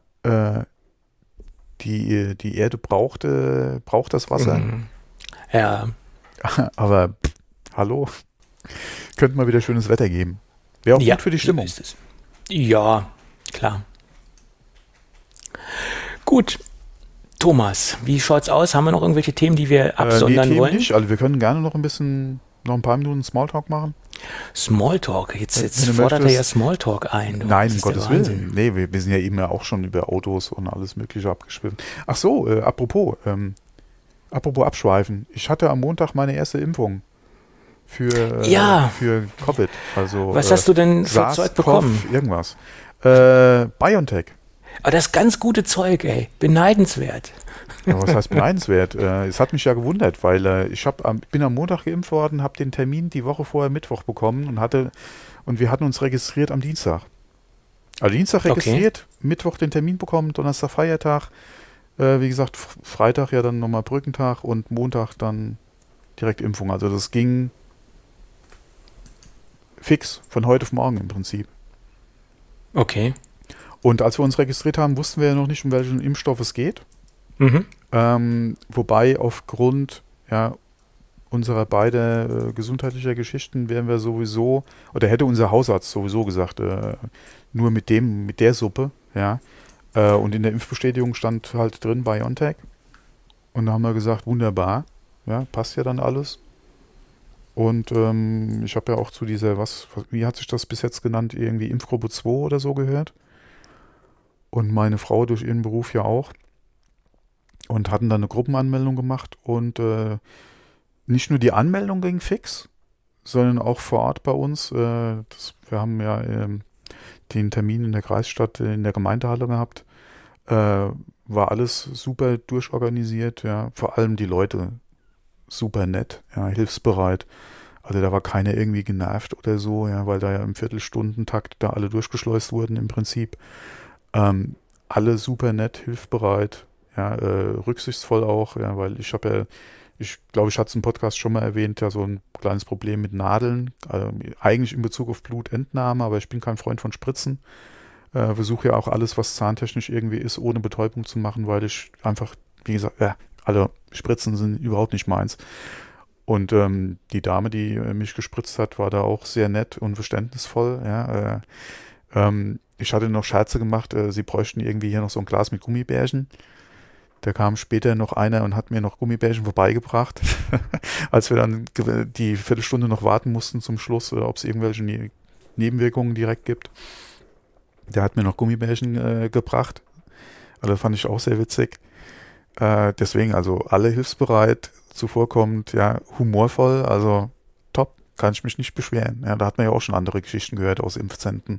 die Erde braucht das Wasser. Mhm. Ja. Aber hallo, könnte mal wieder schönes Wetter geben. Wäre auch gut für die Stimmung. So ist es. Ja, klar. Gut. Thomas, wie schaut's aus? Haben wir noch irgendwelche Themen, die wir absondern wollen? Nicht. Also wir können gerne noch ein paar Minuten Smalltalk machen. Smalltalk? Jetzt fordert er ja Smalltalk ein. Nein, um Gottes Willen. Nee, wir sind ja eben auch schon über Autos und alles Mögliche abgeschwiffen. Ach so, apropos abschweifen. Ich hatte am Montag meine erste Impfung für Covid. Also, was hast du denn für Zeug bekommen? Irgendwas. BioNTech. Aber das ganz gute Zeug, ey. Beneidenswert. Ja, was heißt beneidenswert? Es hat mich ja gewundert, weil ich bin am Montag geimpft worden, habe den Termin die Woche vorher Mittwoch bekommen und wir hatten uns registriert am Dienstag. Also Dienstag registriert, Mittwoch den Termin bekommen, Donnerstag Feiertag, wie gesagt, Freitag ja dann nochmal Brückentag und Montag dann direkt Impfung. Also das ging fix, von heute auf morgen im Prinzip. Okay. Und als wir uns registriert haben, wussten wir ja noch nicht, um welchen Impfstoff es geht. Mhm. Wobei aufgrund unserer beiden gesundheitlicher Geschichten wären wir sowieso, oder hätte unser Hausarzt sowieso gesagt, nur mit der Suppe, ja. Und in der Impfbestätigung stand halt drin BioNTech. Und da haben wir gesagt, wunderbar, ja, passt ja dann alles. Und ich habe ja auch zu dieser, wie hat sich das bis jetzt genannt, irgendwie Impfgruppe 2 oder so gehört. Und meine Frau durch ihren Beruf ja auch. Und hatten dann eine Gruppenanmeldung gemacht. Und nicht nur die Anmeldung ging fix, sondern auch vor Ort bei uns. Wir haben ja den Termin in der Kreisstadt, in der Gemeindehalle gehabt. War alles super durchorganisiert. Ja. Vor allem die Leute super nett, ja, hilfsbereit. Also da war keiner irgendwie genervt oder so, ja, weil da ja im Viertelstundentakt da alle durchgeschleust wurden im Prinzip. Alle super nett, hilfsbereit, ja, rücksichtsvoll auch, ja, weil ich glaube, ich hatte es im Podcast schon mal erwähnt, ja, so ein kleines Problem mit Nadeln, eigentlich in Bezug auf Blutentnahme, aber ich bin kein Freund von Spritzen. Versuche ja auch alles, was zahntechnisch irgendwie ist, ohne Betäubung zu machen, weil ich einfach, wie gesagt, alle Spritzen sind überhaupt nicht meins. Und die Dame, die mich gespritzt hat, war da auch sehr nett und verständnisvoll. Ja, ich hatte noch Scherze gemacht, sie bräuchten irgendwie hier noch so ein Glas mit Gummibärchen. Da kam später noch einer und hat mir noch Gummibärchen vorbeigebracht, als wir dann die Viertelstunde noch warten mussten zum Schluss, ob es irgendwelche Nebenwirkungen direkt gibt. Der hat mir noch Gummibärchen gebracht. Also fand ich auch sehr witzig. Deswegen also alle hilfsbereit, zuvorkommend, ja, humorvoll, also top, kann ich mich nicht beschweren. Ja, da hat man ja auch schon andere Geschichten gehört aus Impfzentren.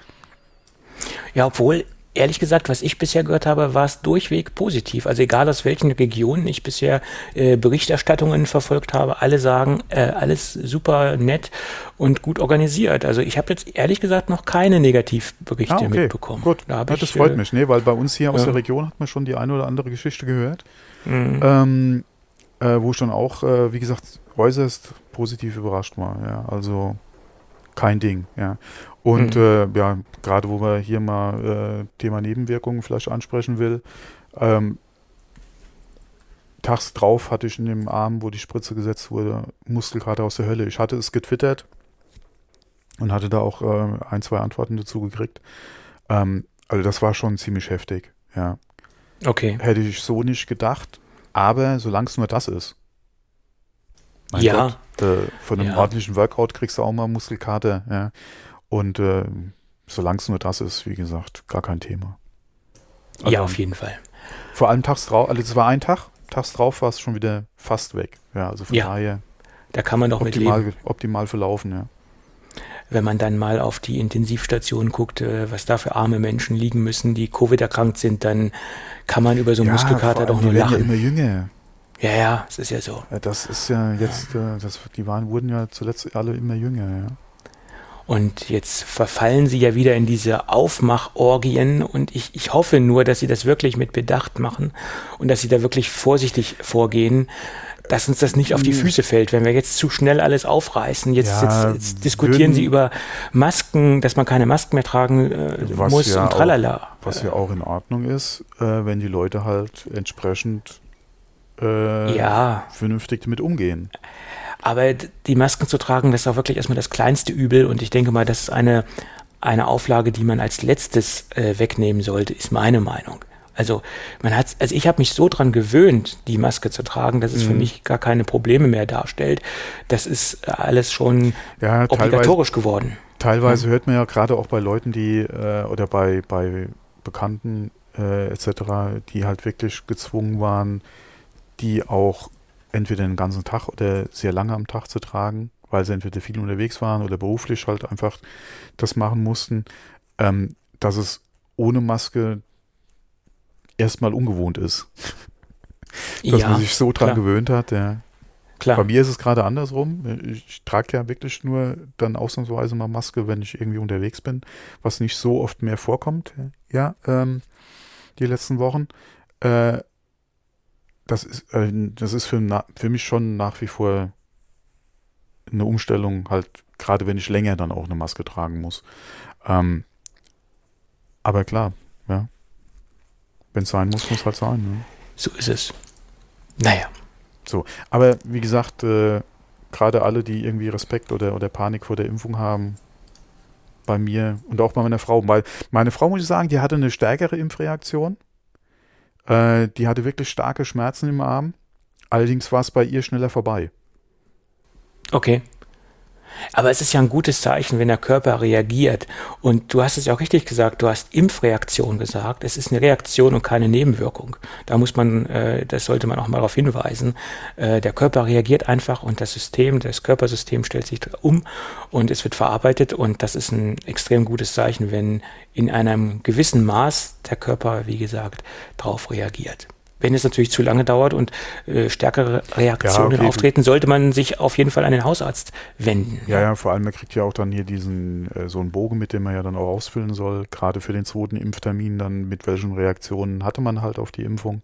Ja, obwohl, ehrlich gesagt, was ich bisher gehört habe, war es durchweg positiv. Also egal aus welchen Regionen ich bisher Berichterstattungen verfolgt habe, alle sagen, alles super nett und gut organisiert. Also ich habe jetzt ehrlich gesagt noch keine Negativberichte mitbekommen. Gut, das freut mich, ne? Weil bei uns hier aus der Region hat man schon die eine oder andere Geschichte gehört, wo ich dann auch, wie gesagt, äußerst positiv überrascht war. Ja? Also kein Ding, ja. Und gerade wo wir hier mal Thema Nebenwirkungen vielleicht ansprechen will, tags drauf hatte ich in dem Arm, wo die Spritze gesetzt wurde, Muskelkater aus der Hölle. Ich hatte es getwittert und hatte da auch 1-2 Antworten dazu gekriegt. Also das war schon ziemlich heftig, ja. Okay. Hätte ich so nicht gedacht, aber solange es nur das ist. Mein Gott, von einem ordentlichen Workout kriegst du auch mal Muskelkater, ja. Und solange es nur das ist, wie gesagt, gar kein Thema. Also, ja, auf jeden Fall. Vor allem tags drauf, also es war ein Tag, tags drauf war es schon wieder fast weg. Ja, also von daher da kann man doch optimal verlaufen, ja. Wenn man dann mal auf die Intensivstation guckt, was da für arme Menschen liegen müssen, die Covid erkrankt sind, dann kann man über so einen Muskelkater doch nur lachen. Die werden ja immer jünger. Ja, es ist ja so. Das ist ja jetzt, wurden ja zuletzt alle immer jünger, ja. Und jetzt verfallen sie ja wieder in diese Aufmachorgien und ich hoffe nur, dass sie das wirklich mit Bedacht machen und dass sie da wirklich vorsichtig vorgehen, dass uns das nicht auf die Füße fällt, wenn wir jetzt zu schnell alles aufreißen. Jetzt diskutieren sie über Masken, dass man keine Masken mehr tragen muss und tralala. Was ja auch in Ordnung ist, wenn die Leute halt entsprechend vernünftig damit umgehen. Aber die Masken zu tragen, das ist auch wirklich erstmal das kleinste Übel und ich denke mal, das ist eine Auflage, die man als letztes wegnehmen sollte, ist meine Meinung. Also ich habe mich so dran gewöhnt, die Maske zu tragen, dass es für mich gar keine Probleme mehr darstellt. Das ist alles schon obligatorisch geworden. Teilweise hört man ja gerade auch bei Leuten, die oder bei Bekannten etc., die halt wirklich gezwungen waren, die auch entweder den ganzen Tag oder sehr lange am Tag zu tragen, weil sie entweder viel unterwegs waren oder beruflich halt einfach das machen mussten, dass es ohne Maske erstmal ungewohnt ist. Dass man sich so dran gewöhnt hat. Ja. Klar. Bei mir ist es gerade andersrum. Ich trage ja wirklich nur dann ausnahmsweise mal Maske, wenn ich irgendwie unterwegs bin, was nicht so oft mehr vorkommt, die letzten Wochen. Das ist für mich schon nach wie vor eine Umstellung, halt, gerade wenn ich länger dann auch eine Maske tragen muss. Aber klar, ja. Wenn es sein muss, muss es halt sein. Ne? So ist es. Naja. So, aber wie gesagt, gerade alle, die irgendwie Respekt oder Panik vor der Impfung haben, bei mir und auch bei meiner Frau, weil meine Frau, muss ich sagen, die hatte eine stärkere Impfreaktion. Die hatte wirklich starke Schmerzen im Arm. Allerdings war es bei ihr schneller vorbei. Okay. Aber es ist ja ein gutes Zeichen, wenn der Körper reagiert. Und du hast es ja auch richtig gesagt, du hast Impfreaktion gesagt. Es ist eine Reaktion und keine Nebenwirkung. Da muss man, das sollte man auch mal darauf hinweisen. Der Körper reagiert einfach und das Körpersystem stellt sich um und es wird verarbeitet. Und das ist ein extrem gutes Zeichen, wenn in einem gewissen Maß der Körper, wie gesagt, darauf reagiert. Wenn es natürlich zu lange dauert und stärkere Reaktionen auftreten, sollte man sich auf jeden Fall an den Hausarzt wenden. Ja, vor allem, man kriegt ja auch dann hier so einen Bogen, mit dem man ja dann auch ausfüllen soll, gerade für den zweiten Impftermin dann, mit welchen Reaktionen hatte man halt auf die Impfung.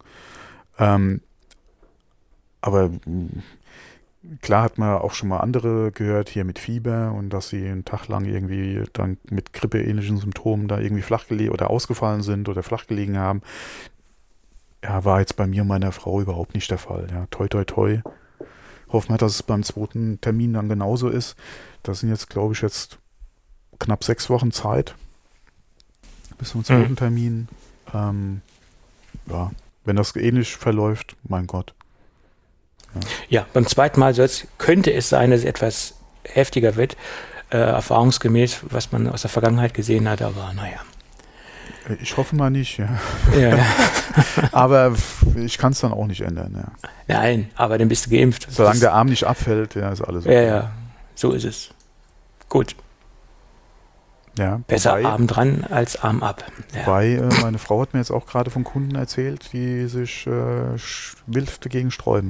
Aber klar hat man auch schon mal andere gehört, hier mit Fieber und dass sie einen Tag lang irgendwie dann mit grippeähnlichen Symptomen da irgendwie flach gelegen oder ausgefallen sind oder flach gelegen haben. Ja, war jetzt bei mir und meiner Frau überhaupt nicht der Fall. Ja, toi, toi, toi. Hoffen wir, dass es beim zweiten Termin dann genauso ist. Das sind jetzt, glaube ich, knapp 6 Wochen Zeit bis zum zweiten Termin. Ja, wenn das ähnlich verläuft, mein Gott. Ja, beim zweiten Mal könnte es sein, dass es etwas heftiger wird, erfahrungsgemäß, was man aus der Vergangenheit gesehen hat, aber naja. Ich hoffe mal nicht, ja. Aber ich kann es dann auch nicht ändern, ja. Nein, aber dann bist du geimpft. Solange der Arm nicht abfällt, ja, ist alles okay. Ja, so ist es. Gut. Ja, besser Arm dran als Arm ab. Ja. Wobei, meine Frau hat mir jetzt auch gerade von Kunden erzählt, die sich wild dagegen sträuben.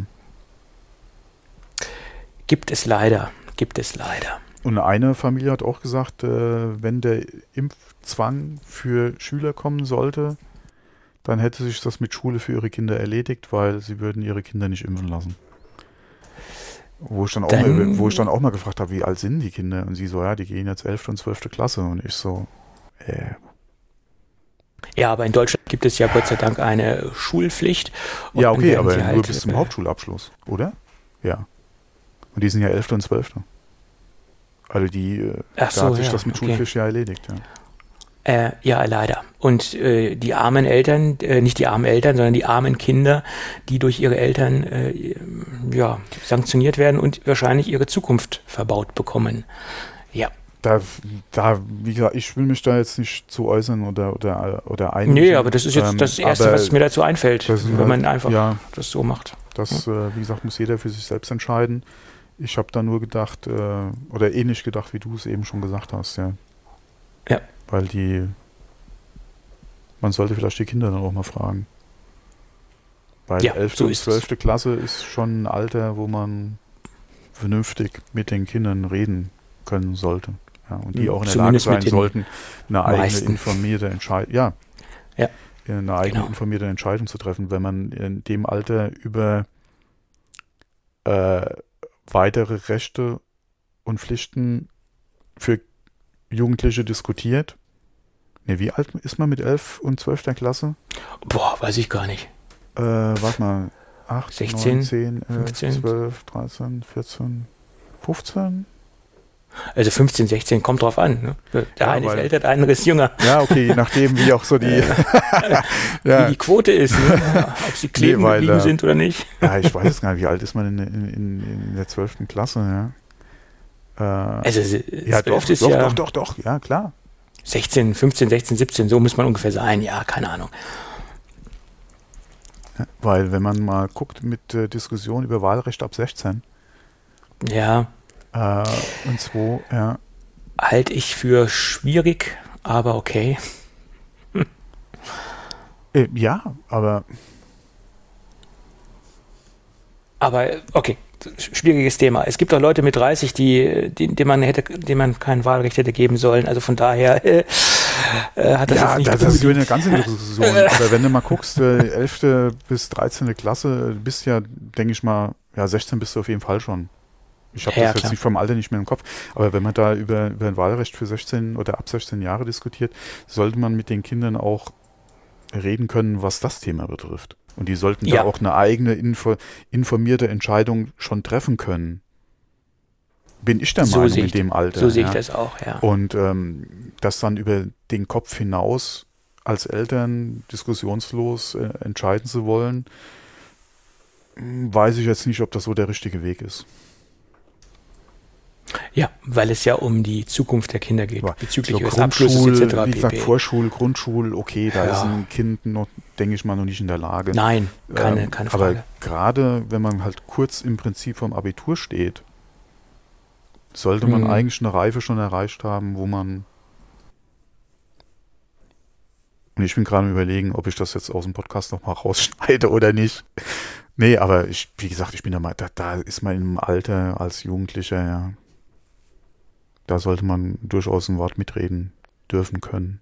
Gibt es leider. Und eine Familie hat auch gesagt, wenn der Impfzwang für Schüler kommen sollte, dann hätte sich das mit Schule für ihre Kinder erledigt, weil sie würden ihre Kinder nicht impfen lassen. Wo ich dann auch mal gefragt habe, wie alt sind die Kinder? Und sie so, ja, die gehen jetzt 11. und 12. Klasse. Und ich so, Ja, aber in Deutschland gibt es ja Gott sei Dank eine Schulpflicht. Und ja, okay, aber nur bis zum Hauptschulabschluss, oder? Ja. Und die sind ja 11. und 12. Also da hat sich das mit Schulpflicht ja erledigt, ja. Ja, leider. Und die armen Eltern, nicht die armen Eltern, sondern die armen Kinder, die durch ihre Eltern sanktioniert werden und wahrscheinlich ihre Zukunft verbaut bekommen. Ja. Da, wie gesagt, ich will mich da jetzt nicht zu äußern oder einigen. Nee, aber das ist jetzt das Erste, was mir dazu einfällt, wenn man einfach das so macht. Das, wie gesagt, muss jeder für sich selbst entscheiden. Ich habe da nur gedacht, oder ähnlich gedacht, wie du es eben schon gesagt hast, ja. Ja. Weil man sollte vielleicht die Kinder dann auch mal fragen. Weil 11. und 12. Klasse ist schon ein Alter, wo man vernünftig mit den Kindern reden können sollte. Ja, und die auch in der Lage sein sollten, eine eigene informierte Entscheidung, informierte Entscheidung zu treffen, wenn man in dem Alter über weitere Rechte und Pflichten für Jugendliche diskutiert. Ne, wie alt ist man mit 11 und 12. Klasse? Boah, weiß ich gar nicht. Warte mal. 8, 16, 9, 10, 11, 15. 12, 13, 14, 15? Also 15, 16, kommt drauf an. Ne? Der eine ist älter, der andere ist jünger. Ja, okay, je nachdem, wie auch so die wie die Quote ist, ne? Ob sie kleben geblieben sind oder nicht. Ja, ich weiß es gar nicht, wie alt ist man in der 12. Klasse, ja. Also ja, doch, ja, klar. 16, 15, 16, 17, so muss man ungefähr sein, ja, keine Ahnung. Ja, weil, wenn man mal guckt mit Diskussion über Wahlrecht ab 16. Ja. Und 2, ja. Halte ich für schwierig, aber okay. Ja, aber. Aber, okay. Schwieriges Thema. Es gibt auch Leute mit 30, denen man kein Wahlrecht hätte geben sollen. Also von daher hat das jetzt nicht das ist eine ganz andere Diskussion. Aber wenn du mal guckst, 11. bis 13. Klasse, bist ja, denke ich mal, 16 bist du auf jeden Fall schon. Ich habe das jetzt nicht vom Alter nicht mehr im Kopf. Aber wenn man da über ein Wahlrecht für 16 oder ab 16 Jahre diskutiert, sollte man mit den Kindern auch reden können, was das Thema betrifft. Und die sollten da auch eine eigene informierte Entscheidung schon treffen können. Bin ich der Meinung in dem Alter. So sehe ich das auch, ja. Und das dann über den Kopf hinaus als Eltern diskussionslos entscheiden zu wollen, weiß ich jetzt nicht, ob das so der richtige Weg ist. Ja, weil es ja um die Zukunft der Kinder geht, bezüglich ihres Abschlusses etc. Wie gesagt, Vorschul, Grundschul, okay, da ist ein Kind noch, denke ich mal, noch nicht in der Lage. Nein, keine Frage. Aber gerade, wenn man halt kurz im Prinzip vom Abitur steht, sollte man eigentlich eine Reife schon erreicht haben, wo man... Und ich bin gerade am Überlegen, ob ich das jetzt aus dem Podcast nochmal rausschneide oder nicht. Nee, aber wie gesagt, ich bin der Meinung, da ist man im Alter als Jugendlicher, ja. Da sollte man durchaus ein Wort mitreden dürfen können.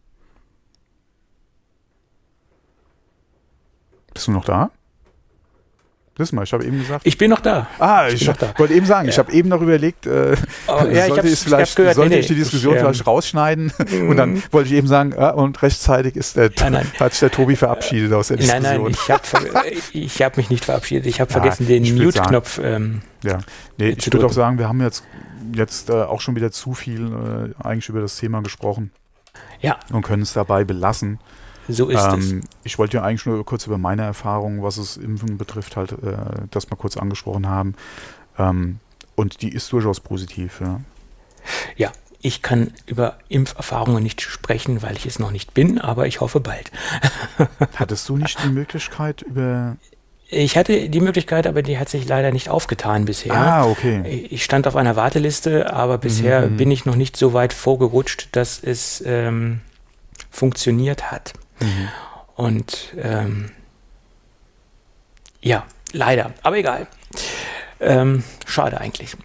Bist du noch da? Lass mal, ich habe eben gesagt. Ich bin noch da. Ich wollte eben sagen, ich habe eben noch überlegt, sollte ich die Diskussion vielleicht rausschneiden? Und dann wollte ich eben sagen, und rechtzeitig hat sich der Tobi verabschiedet aus der Diskussion. Nein, ich habe mich nicht verabschiedet. Ich habe vergessen, den Mute-Knopf ich würde auch sagen, wir haben jetzt auch schon wieder zu viel eigentlich über das Thema gesprochen. Ja. Und können es dabei belassen. So ist es. Ich wollte ja eigentlich nur kurz über meine Erfahrungen, was das Impfen betrifft, halt das mal kurz angesprochen haben. Und die ist durchaus positiv. Ja, ich kann über Impferfahrungen nicht sprechen, weil ich es noch nicht bin, aber ich hoffe bald. Hattest du nicht die Möglichkeit über... Ich hatte die Möglichkeit, aber die hat sich leider nicht aufgetan bisher. Okay. Ich stand auf einer Warteliste, aber bisher bin ich noch nicht so weit vorgerutscht, dass es funktioniert hat. Und leider, aber egal. Schade eigentlich.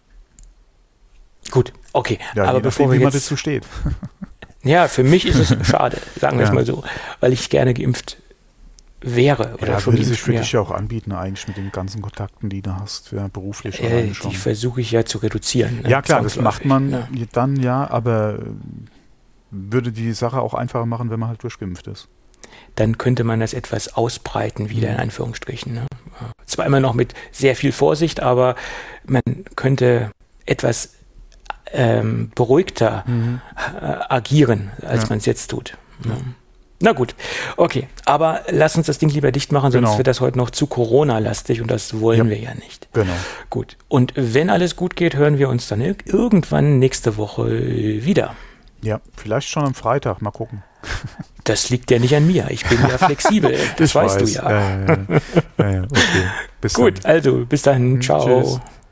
Gut, okay. Ja, aber bevor wir jetzt dazu steht. Ja, für mich ist es schade, sagen wir es mal so, weil ich gerne geimpft wäre. Oder schon würde sich für dich ja auch anbieten, eigentlich mit den ganzen Kontakten, die du hast, beruflich. Die versuche ich ja zu reduzieren. Ja klar, das macht man dann aber würde die Sache auch einfacher machen, wenn man halt durchgeimpft ist. Dann könnte man das etwas ausbreiten, wieder in Anführungsstrichen. Ne? Zwar immer noch mit sehr viel Vorsicht, aber man könnte etwas beruhigter agieren, als man es jetzt tut. Ja. Na gut, okay. Aber lass uns das Ding lieber dicht machen, sonst wird das heute noch zu Corona-lastig und das wollen wir ja nicht. Genau. Gut. Und wenn alles gut geht, hören wir uns dann irgendwann nächste Woche wieder. Ja, vielleicht schon am Freitag, mal gucken. Das liegt ja nicht an mir, ich bin ja flexibel, das weißt du ja. Okay. Bis gut, dann. also bis dann, ciao. Tschüss.